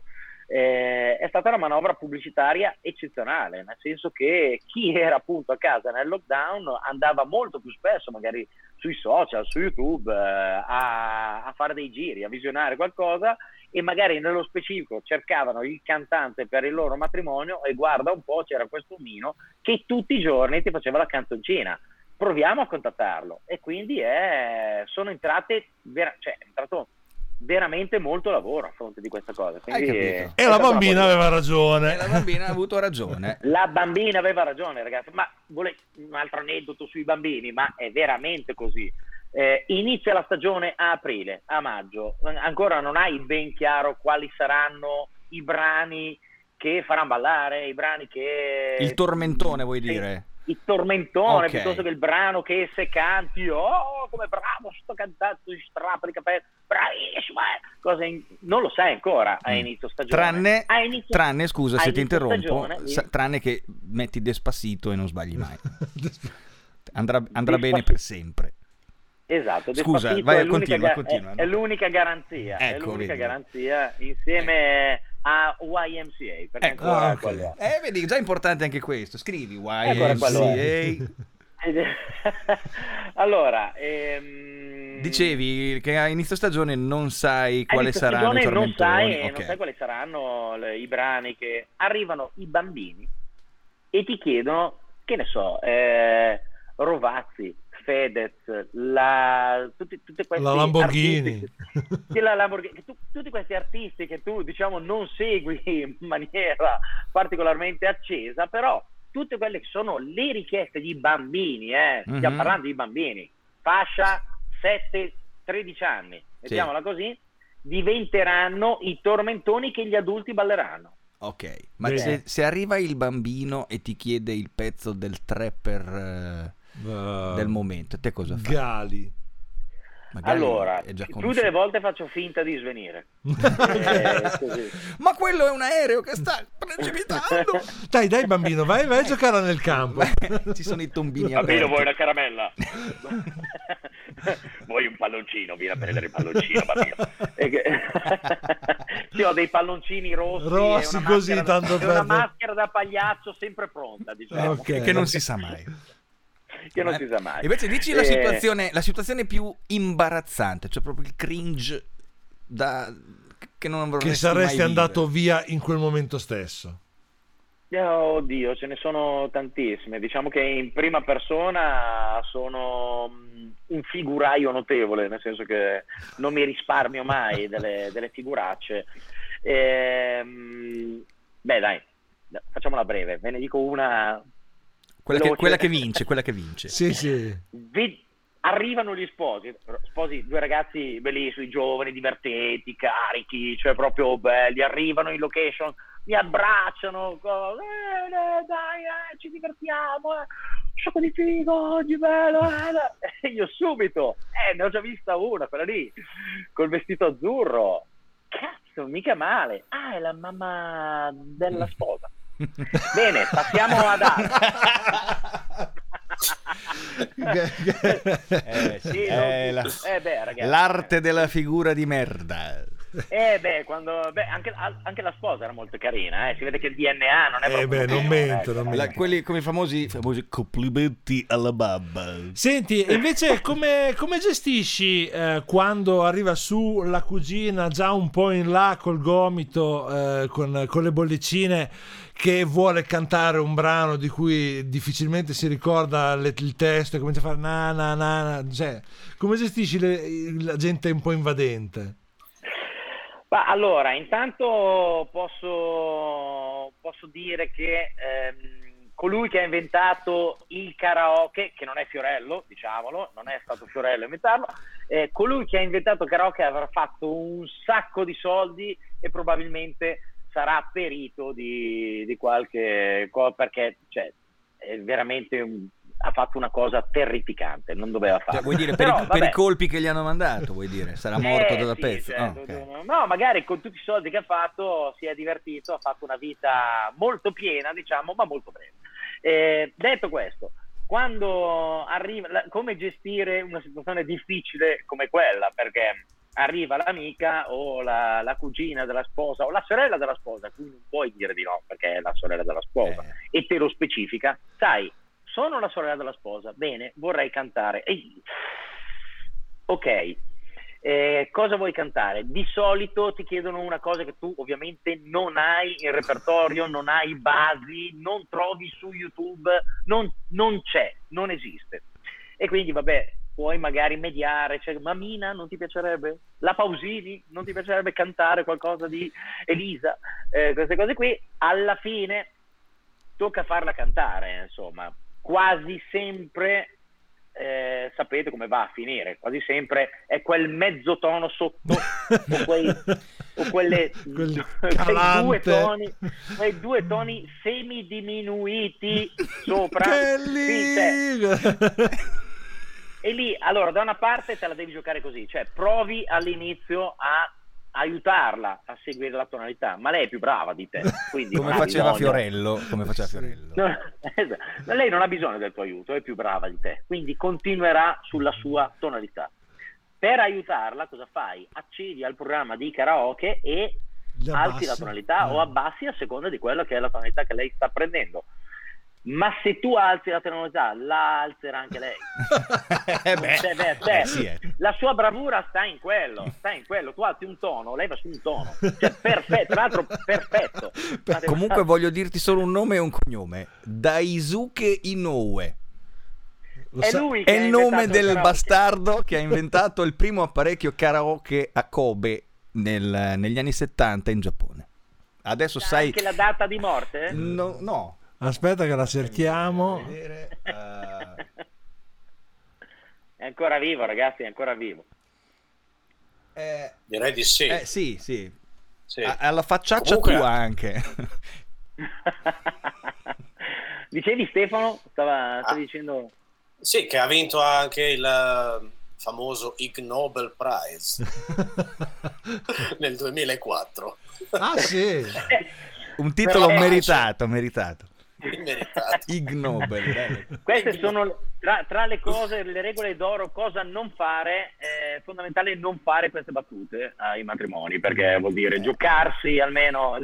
Eh, è stata una manovra pubblicitaria eccezionale, nel senso che chi era appunto a casa nel lockdown andava molto più spesso magari sui social, su YouTube eh, a, a fare dei giri, a visionare qualcosa, e magari nello specifico cercavano il cantante per il loro matrimonio e guarda un po', c'era questo omino che tutti i giorni ti faceva la canzoncina. Proviamo a contattarlo, e quindi è, sono entrate vera, cioè è entrato veramente molto lavoro a fronte di questa cosa. Quindi, Hai e la bambina aveva ragione. E la bambina ha avuto ragione. La bambina aveva ragione, ragazzi. Ma volete un altro aneddoto sui bambini? Ma è veramente così. Eh, inizia la stagione a aprile, a maggio. Ancora non hai ben chiaro quali saranno i brani che faranno ballare, i brani che... Il tormentone, vuoi dire? Il tormentone, Okay. piuttosto che il brano che se canti, oh, come bravo, sto cantando, si strappa i capelli, bravissimo, eh. Cosa in- non lo sai ancora a Mm. inizio stagione. Tranne, A inizio- tranne, scusa a se ti inizio interrompo, stagione, sa- io- tranne che metti Despacito e non sbagli mai. Andrà, andrà Despacito. bene per sempre. Esatto, Scusa, Despacito vai, è l'unica, continua, ga- continua, è, no? è l'unica garanzia, è Ecco, l'unica vedi. garanzia insieme a Y M C A, perché Ecco, ancora ah, ok. quello è. Eh, vedi, già è importante anche questo. Scrivi Ancora quello Y M C A. Allora, ehm... Dicevi che a inizio stagione non sai quali All'inizio saranno i stagione non tormentoni. sai, Ok. non sai quali saranno le- i brani che arrivano i bambini e ti chiedono, che ne so, eh, Rovazzi, Fedez, la, tutti, tutte questi La Lamborghini. artisti- sì, la Lamborghini, che tu- tutti questi artisti che tu diciamo non segui in maniera particolarmente accesa, però tutte quelle che sono le richieste di bambini, eh, stiamo Mhm. parlando di bambini, fascia sette tredici anni, mettiamola così, diventeranno i tormentoni che gli adulti balleranno. Ok, ma Bene. se, se arriva il bambino e ti chiede il pezzo del trapper eh, Uh, del momento, te cosa fai? Gali. Magari Allora, è già più delle conosciuto. volte faccio finta di svenire. Eh, così. Ma quello è un aereo che sta precipitando. Dai, dai bambino, vai, vai a giocare nel campo. Ci sono i tombini Bambino, vuoi aperti. una caramella? Vuoi un palloncino? Vieni a prendere il palloncino, bambino. E che- sì, ho dei palloncini rossi, Rossi, e una così, maschera, tanto e una per- maschera da pagliaccio sempre pronta, diciamo. Ok. Che non si sa mai. Che non si sa mai. Invece dici la Eh, situazione, la situazione più imbarazzante, cioè proprio il cringe da, che non vorresti Che saresti mai andato vivere. via in quel momento stesso. Oh, oddio, ce ne sono tantissime. Diciamo che in prima persona sono mm, un figuraio notevole, nel senso che non mi risparmio mai delle, delle figuracce. Ehm, beh, dai, facciamola breve. Ve ne dico una. Quella che, veloce. quella che vince, quella che vince. Sì, sì. Ve- Arrivano gli sposi, sposi, due ragazzi bellissimi, giovani, divertenti, carichi, cioè proprio belli, arrivano in location, mi abbracciano, co- eh, eh, dai, eh, ci divertiamo, eh. Sciocco di figo oggi, bello, eh. E io subito, eh, ne ho già vista una, quella lì, col vestito azzurro, cazzo, mica male, ah, è la mamma della sposa. Bene, passiamo ad altro. Eh, sì, Sì, è no, la- eh beh, ragazzi. l'arte della figura di merda. Eh beh, quando beh, anche, anche la sposa era molto carina, eh. Si vede che il D N A non è Eh proprio beh, non buono, mente, ecco. non mente. La- quelli come i famosi, famosi complimenti alla babba. Senti, invece come, come gestisci eh, quando arriva su la cugina già un po' in là col gomito, eh, con, con le bollicine, che vuole cantare un brano di cui difficilmente si ricorda le- il testo e comincia a fare na na na, na. Cioè, come gestisci le- la gente un po' invadente? Ma allora, intanto posso, posso dire che ehm, colui che ha inventato il karaoke, che non è Fiorello, diciamolo, non è stato Fiorello a inventarlo, eh, colui che ha inventato il karaoke avrà fatto un sacco di soldi e probabilmente sarà perito di, di qualche cosa, perché cioè, è veramente un- ha fatto una cosa terrificante, non doveva farlo. Cioè, vuoi dire per, Però, i, per vabbè. i colpi che gli hanno mandato, vuoi dire? Sarà morto Eh, da sì, pezzo. cioè, Ah, tu- ok. tu- no, magari con tutti i soldi che ha fatto si è divertito, ha fatto una vita molto piena, diciamo, ma molto breve. Eh, detto questo, quando arriva, la- come gestire una situazione difficile come quella? Perché arriva l'amica o la, la cugina della sposa o la sorella della sposa, cui non puoi dire di no perché è la sorella della sposa, Eh. e te lo specifica, sai, sono la sorella della sposa, bene, vorrei cantare. E... ok, eh, cosa vuoi cantare? Di solito ti chiedono una cosa che tu ovviamente non hai in repertorio, non hai basi, non trovi su YouTube, non, non c'è, non esiste. E quindi vabbè, puoi magari mediare, cioè, Mamina non ti piacerebbe? La Pausini non ti piacerebbe cantare qualcosa di Elisa? Eh, queste cose qui, alla fine tocca farla cantare, insomma, quasi sempre. Eh, sapete come va a finire, quasi sempre è quel mezzo tono sotto o, quei, o quelle Quel quei due calante. toni quei due toni semidiminuiti sopra. Che Sì, cioè, lì! e lì allora da una parte te la devi giocare così, cioè provi all'inizio a aiutarla a seguire la tonalità, ma lei è più brava di te, quindi Come non ha faceva bisogno. Fiorello, come faceva Fiorello. No, esatto. Lei non ha bisogno del tuo aiuto, è più brava di te, quindi continuerà sulla sua tonalità. Per aiutarla cosa fai? Accedi al programma di karaoke e Li alzi abbassi. la tonalità Eh. o abbassi a seconda di quello che è la tonalità che lei sta prendendo. Ma se tu alzi la tonalità, la alzerà anche lei. Eh beh, Cioè, beh, cioè, eh sì, eh. la sua bravura sta in quello, sta in quello. Tu alzi un tono, lei va su un tono. Cioè, perfetto, tra l'altro perfetto. Ma deve- Comunque voglio dirti solo un nome e un cognome. Daisuke Inoue. Lo è sa- lui che È ha il nome inventato del karaoke. bastardo che ha inventato il primo apparecchio karaoke a Kobe nel- negli anni settanta in Giappone. Adesso Sa sai... anche la data di morte? No, no. Aspetta che la cerchiamo. Vedere, eh, È ancora vivo, ragazzi, è ancora vivo. eh, Direi di sì. eh, sì, sì. Sì. Ha- Alla facciaccia Comunque- tua anche. Dicevi Stefano? Stava, stavi Ah. dicendo... Sì, che ha vinto anche il eh, famoso Ig Nobel Prize nel duemilaquattro. Ah sì. Eh, Un titolo Però- meritato, meritato. Immeritato. Ig Nobel. bello. Queste sono tra, tra le cose, le regole d'oro, cosa non fare. È fondamentale non fare queste battute ai matrimoni, perché vuol dire giocarsi almeno.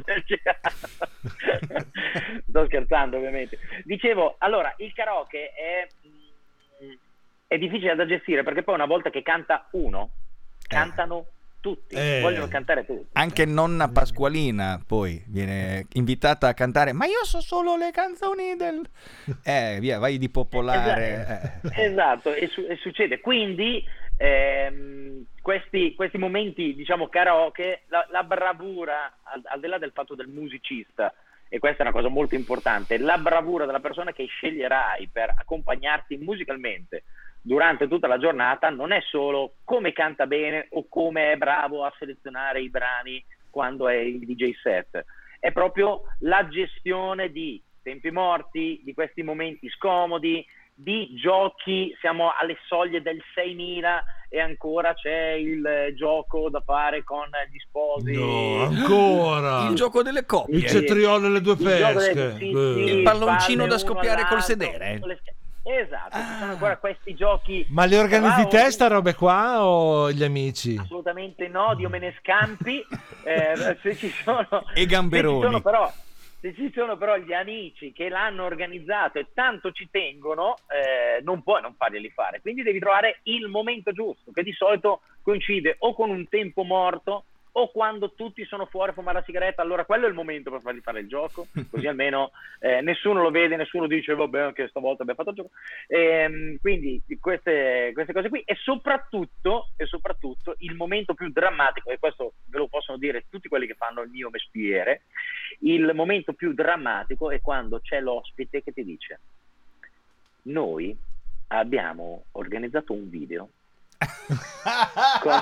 Sto scherzando, ovviamente. Dicevo, allora, il karaoke è, mm, è difficile da gestire perché poi una volta che canta uno, cantano tutti, Eh. vogliono cantare tutti. Anche nonna Pasqualina poi viene invitata a cantare, ma io so solo le canzoni del... Eh, via, vai di popolare. eh. Esatto, e, su- e succede. Quindi ehm, questi, questi momenti, diciamo, karaoke, la, la bravura, al, al di là del fatto del musicista, e questa è una cosa molto importante, la bravura della persona che sceglierai per accompagnarti musicalmente durante tutta la giornata non è solo come canta bene o come è bravo a selezionare i brani quando è il D J set, è proprio la gestione di tempi morti, di questi momenti scomodi, di giochi. Siamo alle soglie del seimila e ancora c'è il gioco da fare con gli sposi. No, ancora. Il gioco delle coppie. Il cetriolo e le due Il gioco pesche. del- sì, Beh. sì, Il palloncino palle da scoppiare uno col all'altro, sedere. con le schi- Esatto, ci sono ancora questi giochi. Ma le organizzi Bravo, te sta robe qua o gli amici? Assolutamente no, Dio me ne scampi. Eh, se ci sono, E gamberoni. se ci sono però, se ci sono però gli amici che l'hanno organizzato e tanto ci tengono, eh, non puoi non farglieli fare. Quindi devi trovare il momento giusto, che di solito coincide o con un tempo morto o quando tutti sono fuori a fumare la sigaretta. Allora quello è il momento per fargli fare il gioco, così almeno eh, nessuno lo vede, nessuno dice vabbè anche stavolta abbiamo fatto il gioco. Ehm, quindi queste, queste cose qui, e soprattutto, e soprattutto il momento più drammatico, e questo ve lo possono dire tutti quelli che fanno il mio mestiere, il momento più drammatico è quando c'è l'ospite che ti dice: noi abbiamo organizzato un video con...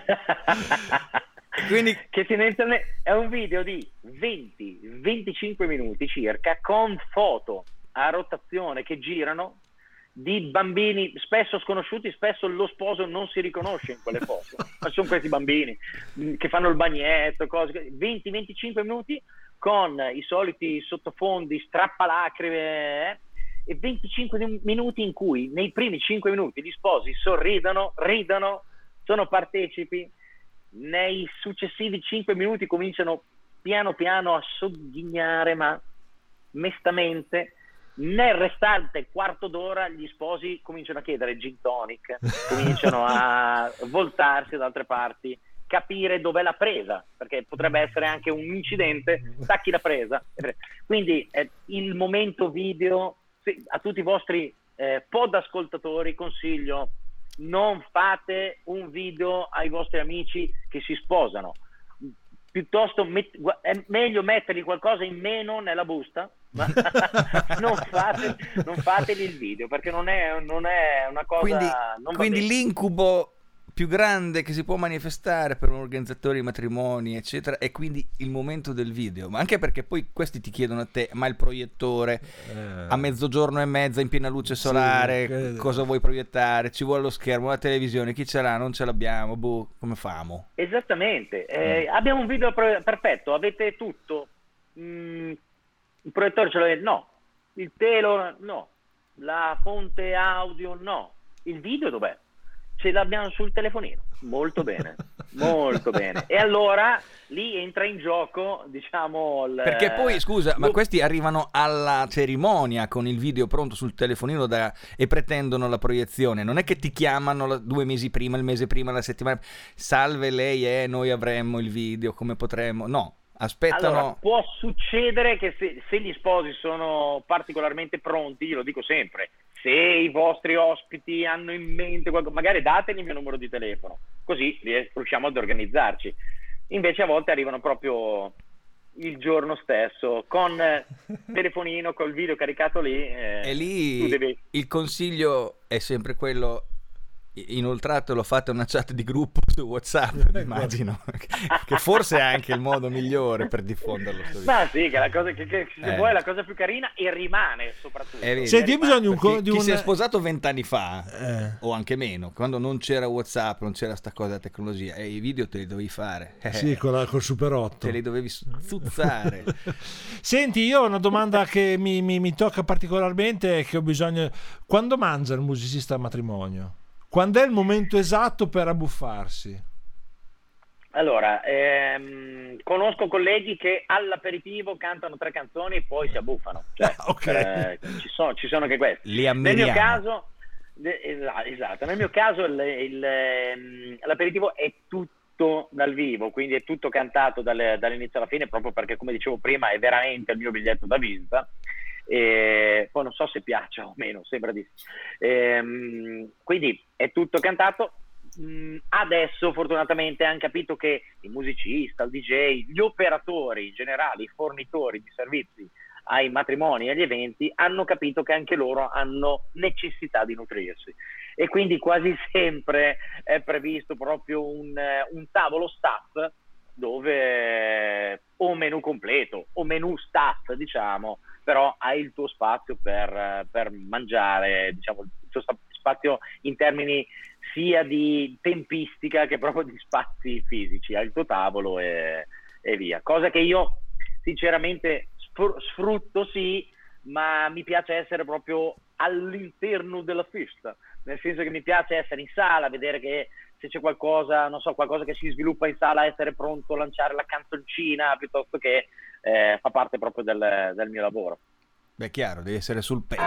Quindi che tendenzialmente è un video di venti venticinque minuti circa, con foto a rotazione che girano di bambini spesso sconosciuti, spesso lo sposo non si riconosce in quelle foto, ma sono questi bambini mh, che fanno il bagnetto, cose, venti venticinque minuti con i soliti sottofondi strappalacrime, eh? E venticinque minuti in cui nei primi cinque minuti gli sposi sorridono, ridono, sono partecipi, nei successivi cinque minuti cominciano piano piano a sogghignare, ma mestamente. Nel restante quarto d'ora gli sposi cominciano a chiedere gin tonic, cominciano a voltarsi da altre parti, capire dov'è la presa, perché potrebbe essere anche un incidente, stacchi la presa. Quindi eh, il momento video, se, a tutti i vostri eh, pod ascoltatori consiglio: non fate un video ai vostri amici che si sposano, piuttosto met- è meglio mettergli qualcosa in meno nella busta. non, fate, non fateli il video, perché non è, non è una cosa, quindi, non quindi l'incubo più grande che si può manifestare per un organizzatore di matrimoni eccetera è quindi il momento del video, ma anche perché poi questi ti chiedono a te: ma il proiettore eh. a mezzogiorno e mezza in piena luce solare, sì, cosa vuoi proiettare, ci vuole lo schermo, la televisione, chi ce l'ha, non ce l'abbiamo, boh, come famo? Esattamente, eh, mm. abbiamo un video perfetto, avete tutto, mm, il proiettore ce l'avete? No. Il telo? No. La fonte audio? No. Il video dov'è? Ce l'abbiamo sul telefonino. Molto bene, molto bene. E allora lì entra in gioco, diciamo, il... perché poi scusa, ma questi arrivano alla cerimonia con il video pronto sul telefonino da... e pretendono la proiezione. Non è che ti chiamano due mesi prima, il mese prima, la settimana: salve, lei è, noi avremmo il video, come potremmo? No, aspettano. Allora, può succedere che se, se gli sposi sono particolarmente pronti, io lo dico sempre, se i vostri ospiti hanno in mente qualcosa, magari datemi il mio numero di telefono, così riusciamo ad organizzarci. Invece a volte arrivano proprio il giorno stesso con telefonino, col video caricato lì, eh, e lì devi... il consiglio è sempre quello: inoltrato, lo fate una chat di gruppo su WhatsApp, immagino che forse è anche il modo migliore per diffonderlo. Ma sì, che la cosa che, che se eh. vuoi è la cosa più carina e rimane soprattutto. Senti, hai bisogno un co- di chi un... si è sposato vent'anni fa eh. o anche meno, quando non c'era WhatsApp, non c'era sta cosa della tecnologia, e i video te li dovevi fare. Sì, con la, col Super otto. Te li dovevi zuzzare. Senti, io ho una domanda che mi, mi, mi tocca particolarmente, che ho bisogno. Quando mangia il musicista a matrimonio? Quando è il momento esatto per abbuffarsi? Allora, ehm, conosco colleghi che all'aperitivo cantano tre canzoni e poi si abbuffano. Cioè, ah, okay. eh, ci, sono, ci sono anche questi. Li nel mio caso, esatto, nel mio caso il, il, l'aperitivo è tutto dal vivo, quindi è tutto cantato dalle, dall'inizio alla fine, proprio perché, come dicevo prima, è veramente il mio biglietto da visita. E poi non so se piaccia o meno, sembra di sì. Ehm, quindi è tutto cantato. Mm, adesso fortunatamente hanno capito che il musicista, il D J, gli operatori generali, i fornitori di servizi ai matrimoni e agli eventi hanno capito che anche loro hanno necessità di nutrirsi, e quindi quasi sempre è previsto proprio un, un tavolo staff dove o menù completo o menù staff, diciamo, però hai il tuo spazio per, per mangiare, diciamo, il tuo spazio in termini sia di tempistica che proprio di spazi fisici, hai il tuo tavolo e, e via. Cosa che io sinceramente sfrutto, sì, ma mi piace essere proprio all'interno della festa, nel senso che mi piace essere in sala, vedere che se c'è qualcosa, non so, qualcosa che si sviluppa in sala, essere pronto a lanciare la canzoncina, piuttosto che eh, fa parte proprio del, del mio lavoro. Beh, chiaro, devi essere sul pezzo.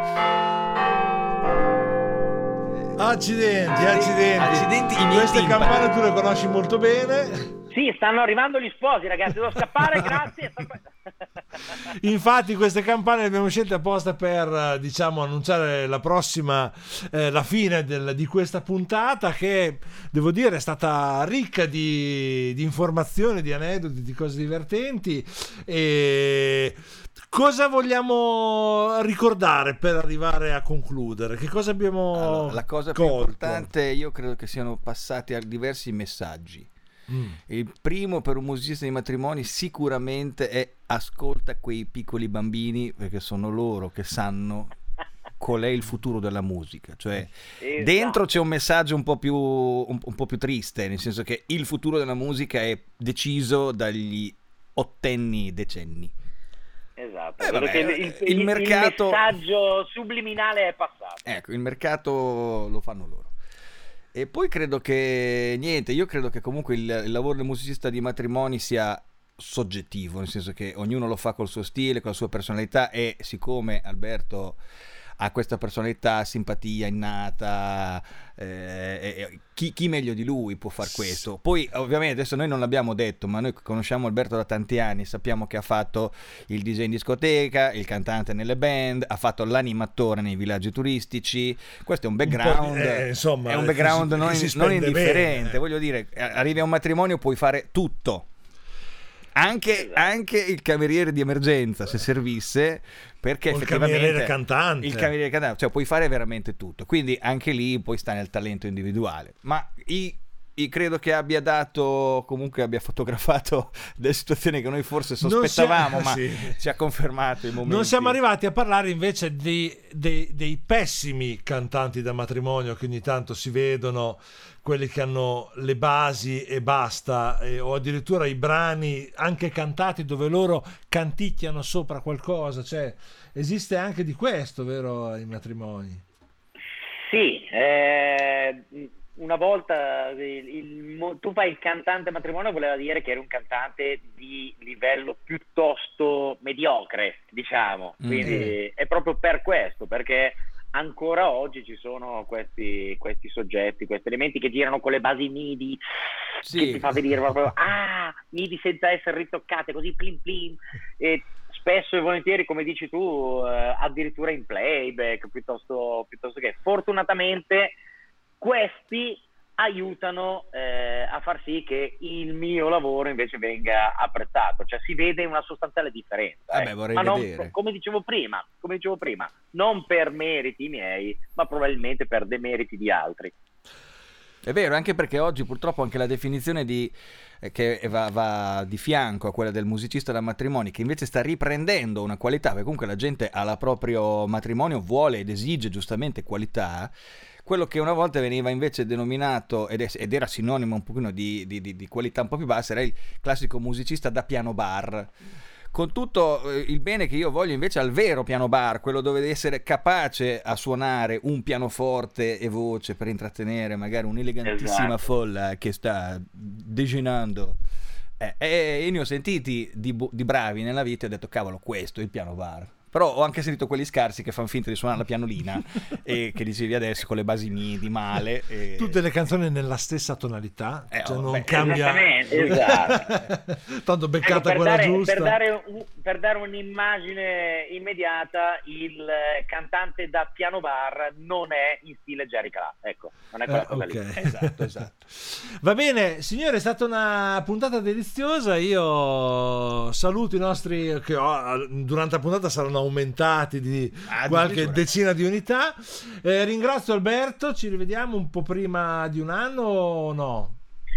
Accidenti, accidenti. Accidenti, queste campane tu le conosci molto bene. Sì, stanno arrivando gli sposi, ragazzi, devo scappare, grazie. Infatti queste campane le abbiamo scelte apposta per, diciamo, annunciare la prossima, eh, la fine del, di questa puntata, che devo dire è stata ricca di, di informazioni, di aneddoti, di cose divertenti. E cosa vogliamo ricordare per arrivare a concludere? Che cosa abbiamo allora, la cosa colto? più importante, io credo che siano passati a diversi messaggi. Mm. Il primo per un musicista di matrimoni sicuramente è: ascolta quei piccoli bambini, perché sono loro che sanno qual è il futuro della musica. Cioè, esatto. Dentro c'è un messaggio un po' più un, un po' più triste, nel senso che il futuro della musica è deciso dagli ottenni decenni. Esatto, eh, vabbè, il, il, il, mercato, il messaggio subliminale è passato. Ecco, il mercato lo fanno loro. E poi credo che, niente, io credo che comunque il, il lavoro del musicista di matrimoni sia soggettivo, nel senso che ognuno lo fa col suo stile, con la sua personalità, e siccome Alberto ha questa personalità, simpatia innata, eh, eh, chi, chi meglio di lui può far questo? Poi ovviamente adesso noi non l'abbiamo detto, ma noi conosciamo Alberto da tanti anni, sappiamo che ha fatto il D J in discoteca, il cantante nelle band, ha fatto l'animatore nei villaggi turistici. Questo è un background, un eh, insomma, è un background si, non, si non indifferente, bene. Voglio dire, arrivi a un matrimonio puoi fare tutto. Anche, anche il cameriere di emergenza, se servisse, perché o il effettivamente cameriere cantante, il cameriere cantante, cioè puoi fare veramente tutto. Quindi anche lì poi sta nel talento individuale. Ma io, io credo che abbia dato, comunque abbia fotografato delle situazioni che noi forse sospettavamo, ma sì. ci ha confermato i momenti. Non siamo arrivati a parlare invece di, dei, dei pessimi cantanti da matrimonio che ogni tanto si vedono, quelli che hanno le basi e basta, eh, o addirittura i brani anche cantati dove loro canticchiano sopra qualcosa. Cioè, esiste anche di questo, vero, ai matrimoni? Sì, eh, una volta il, il, tu fai il cantante matrimonio, voleva dire che eri un cantante di livello piuttosto mediocre, diciamo, quindi mm. è proprio per questo, perché ancora oggi ci sono questi, questi soggetti, questi elementi che girano con le basi MIDI, sì. che ti fa vedere proprio ah, MIDI senza essere ritoccate, così plim plim, e spesso e volentieri, come dici tu, eh, addirittura in playback, piuttosto, piuttosto che fortunatamente questi aiutano eh, a far sì che il mio lavoro invece venga apprezzato, cioè si vede una sostanziale differenza, eh. Eh. Beh, ma non, vedere. come dicevo prima, come dicevo prima, non per meriti miei, ma probabilmente per demeriti di altri. È vero, anche perché oggi purtroppo anche la definizione di eh, che va, va di fianco a quella del musicista da matrimoni, che invece sta riprendendo una qualità, perché comunque la gente alla proprio matrimonio vuole ed esige giustamente qualità. Quello che una volta veniva invece denominato ed, è, ed era sinonimo un pochino di, di, di, di qualità un po' più bassa, era il classico musicista da piano bar. Con tutto il bene che io voglio invece al vero piano bar, quello dove devi essere capace a suonare un pianoforte e voce per intrattenere magari un'elegantissima esatto. folla che sta degenando. Eh, e io ne ho sentiti di, di bravi nella vita e ho detto cavolo, questo è il piano bar. Però ho anche sentito quelli scarsi che fanno finta di suonare la pianolina e che dicevi adesso con le basi MIDI male. E... tutte le canzoni nella stessa tonalità, eh, cioè oh, non beh, Esattamente, cambia. esatto. Tanto beccata ecco, per quella dare, giusta. Per dare, un, per dare un'immagine immediata, il cantante da piano bar non è in stile Jerry Calà, ecco, non è quella eh, cosa okay. lì. Esatto, esatto. Va bene, signore, è stata una puntata deliziosa. Io saluto i nostri che oh, durante la puntata saranno aumentati di ah, qualche decina di unità. Eh, ringrazio Alberto, ci rivediamo un po' prima di un anno o no?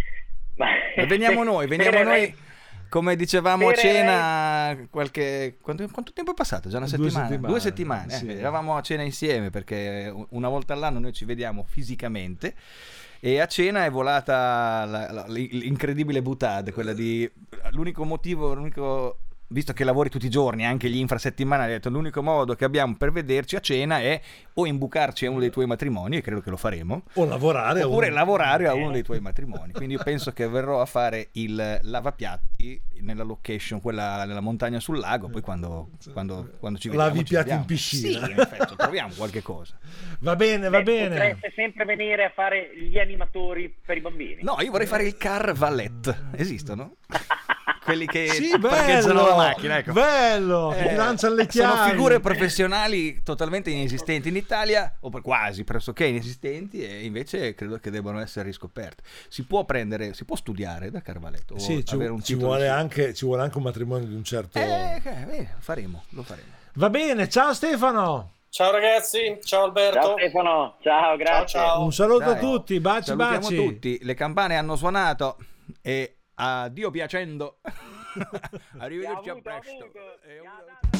Ma veniamo noi, veniamo noi come dicevamo a cena qualche quanto, quanto tempo è passato? Già una settimana? Due settimane, Due settimane. Sì. Eh, eravamo a cena insieme perché una volta all'anno noi ci vediamo fisicamente. E a cena è volata la, la, l'incredibile boutade, quella di l'unico motivo, l'unico visto che lavori tutti i giorni, anche gli infrasettimanali, ho detto l'unico modo che abbiamo per vederci a cena è o imbucarci a uno dei tuoi matrimoni, e credo che lo faremo, o lavorare oppure a un... lavorare a uno dei tuoi matrimoni. Quindi io penso che verrò a fare il lavapiatti nella location, quella nella montagna sul lago, poi quando, quando, quando ci vediamo lavi i ci piatti vediamo. in piscina. Sì, in effetti, troviamo qualche cosa. Va bene, va Beh, bene. Potreste sempre venire a fare gli animatori per i bambini. No, io vorrei fare il car valet. Esistono? Quelli che sì, parcheggiano bello, la macchina, ecco. Bello, Eh, ti lanciano le chiavi. Sono figure professionali totalmente inesistenti in Italia, o per quasi pressoché inesistenti, e invece credo che debbano essere riscoperte. Si può prendere, si può studiare da Carvaletto. Sì, ci, avere un ci, titolo vuole di... anche, ci vuole anche un matrimonio di un certo... Eh, eh, faremo, lo faremo. Va bene, ciao Stefano. Ciao ragazzi, ciao Alberto. Ciao Stefano, ciao, grazie. Ciao, ciao. Un saluto Dai, a tutti, baci salutiamo baci. tutti, le campane hanno suonato e addio piacendo. Arrivederci a presto. E un...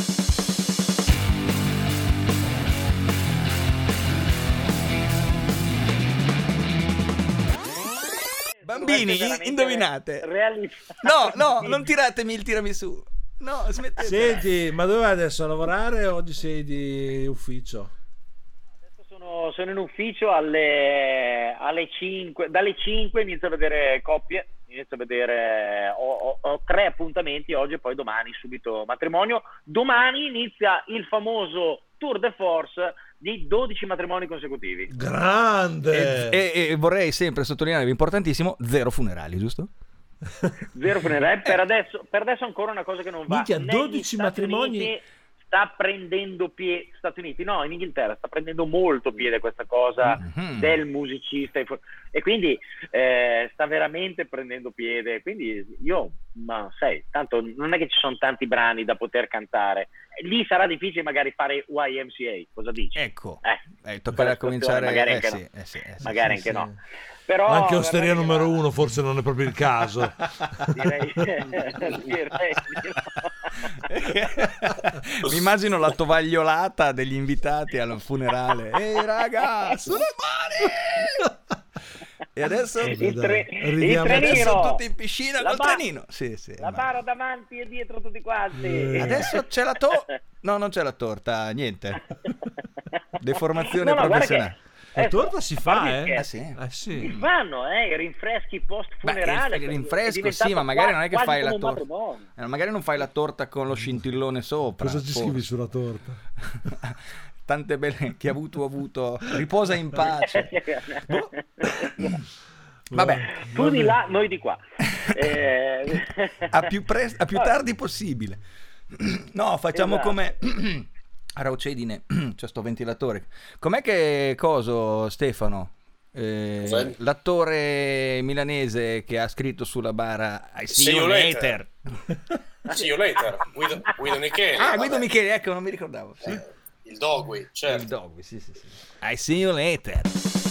Bambini, indovinate. Realista. No, no, non tiratemi il tiramisù. No, smettete. Senti, ma dove vai adesso a lavorare o oggi sei di ufficio? Adesso sono, sono in ufficio alle, alle cinque, dalle cinque inizio a vedere coppie, inizio a vedere, ho, ho, ho tre appuntamenti oggi e poi domani subito matrimonio. Domani inizia il famoso tour de force di dodici matrimoni consecutivi. Grande! E, e, e vorrei sempre sottolineare, importantissimo, zero funerali, giusto? Zero funerali. Per adesso, per adesso ancora una cosa che non va. Minchia, Negli dodici Stati matrimoni... Uniti sta prendendo piede, Stati Uniti no, in Inghilterra sta prendendo molto piede questa cosa Mm-hmm. del musicista e quindi eh, sta veramente prendendo piede, quindi io, ma sai, tanto non è che ci sono tanti brani da poter cantare, lì sarà difficile magari fare Y M C A, cosa dici? Ecco, Eh, eh, toccherà cominciare, magari eh, anche sì, no, eh, sì, eh, sì, magari sì, anche sì. no. Però anche Osteria veramente numero va- uno forse non è proprio il caso. direi, direi di no. Mi immagino la tovagliolata degli invitati al funerale. Ehi raga, sulle mani! E adesso, Eh, il, tre- il Arriviamo- trenino, adesso tutti in piscina La col ba- trenino. Sì, sì, la ma- bara davanti e dietro tutti quanti. Eh. Adesso c'è la torta. No, non c'è la torta, niente. Deformazione No, no, guarda professionale. che- La eh, torta si fa, guardi eh? che- Ah, sì? Eh Si sì. fanno eh, i rinfreschi post Beh, funerale. il, il rinfresco sì, ma magari non è che fai la torta. Eh, magari non fai la torta con lo scintillone sopra. Cosa ci forse. scrivi sulla torta? Tante belle che ha avuto, ha avuto. Riposa in pace. Boh. Vabbè, Tu di là, noi di qua. Eh, a più, pres- a più tardi possibile. No, facciamo Esatto. come a Raucedine, c'è sto ventilatore. Com'è che coso, Stefano? Eh, Cos'è? l'attore milanese che ha scritto sulla bara I see, See you you later. later. See you later. Guido, Guido Michele. Ah, Guido vabbè. Michele, ecco, non mi ricordavo. Sì. Eh, il Dogui, certo. Il Dogui, sì, sì, sì. I see you later.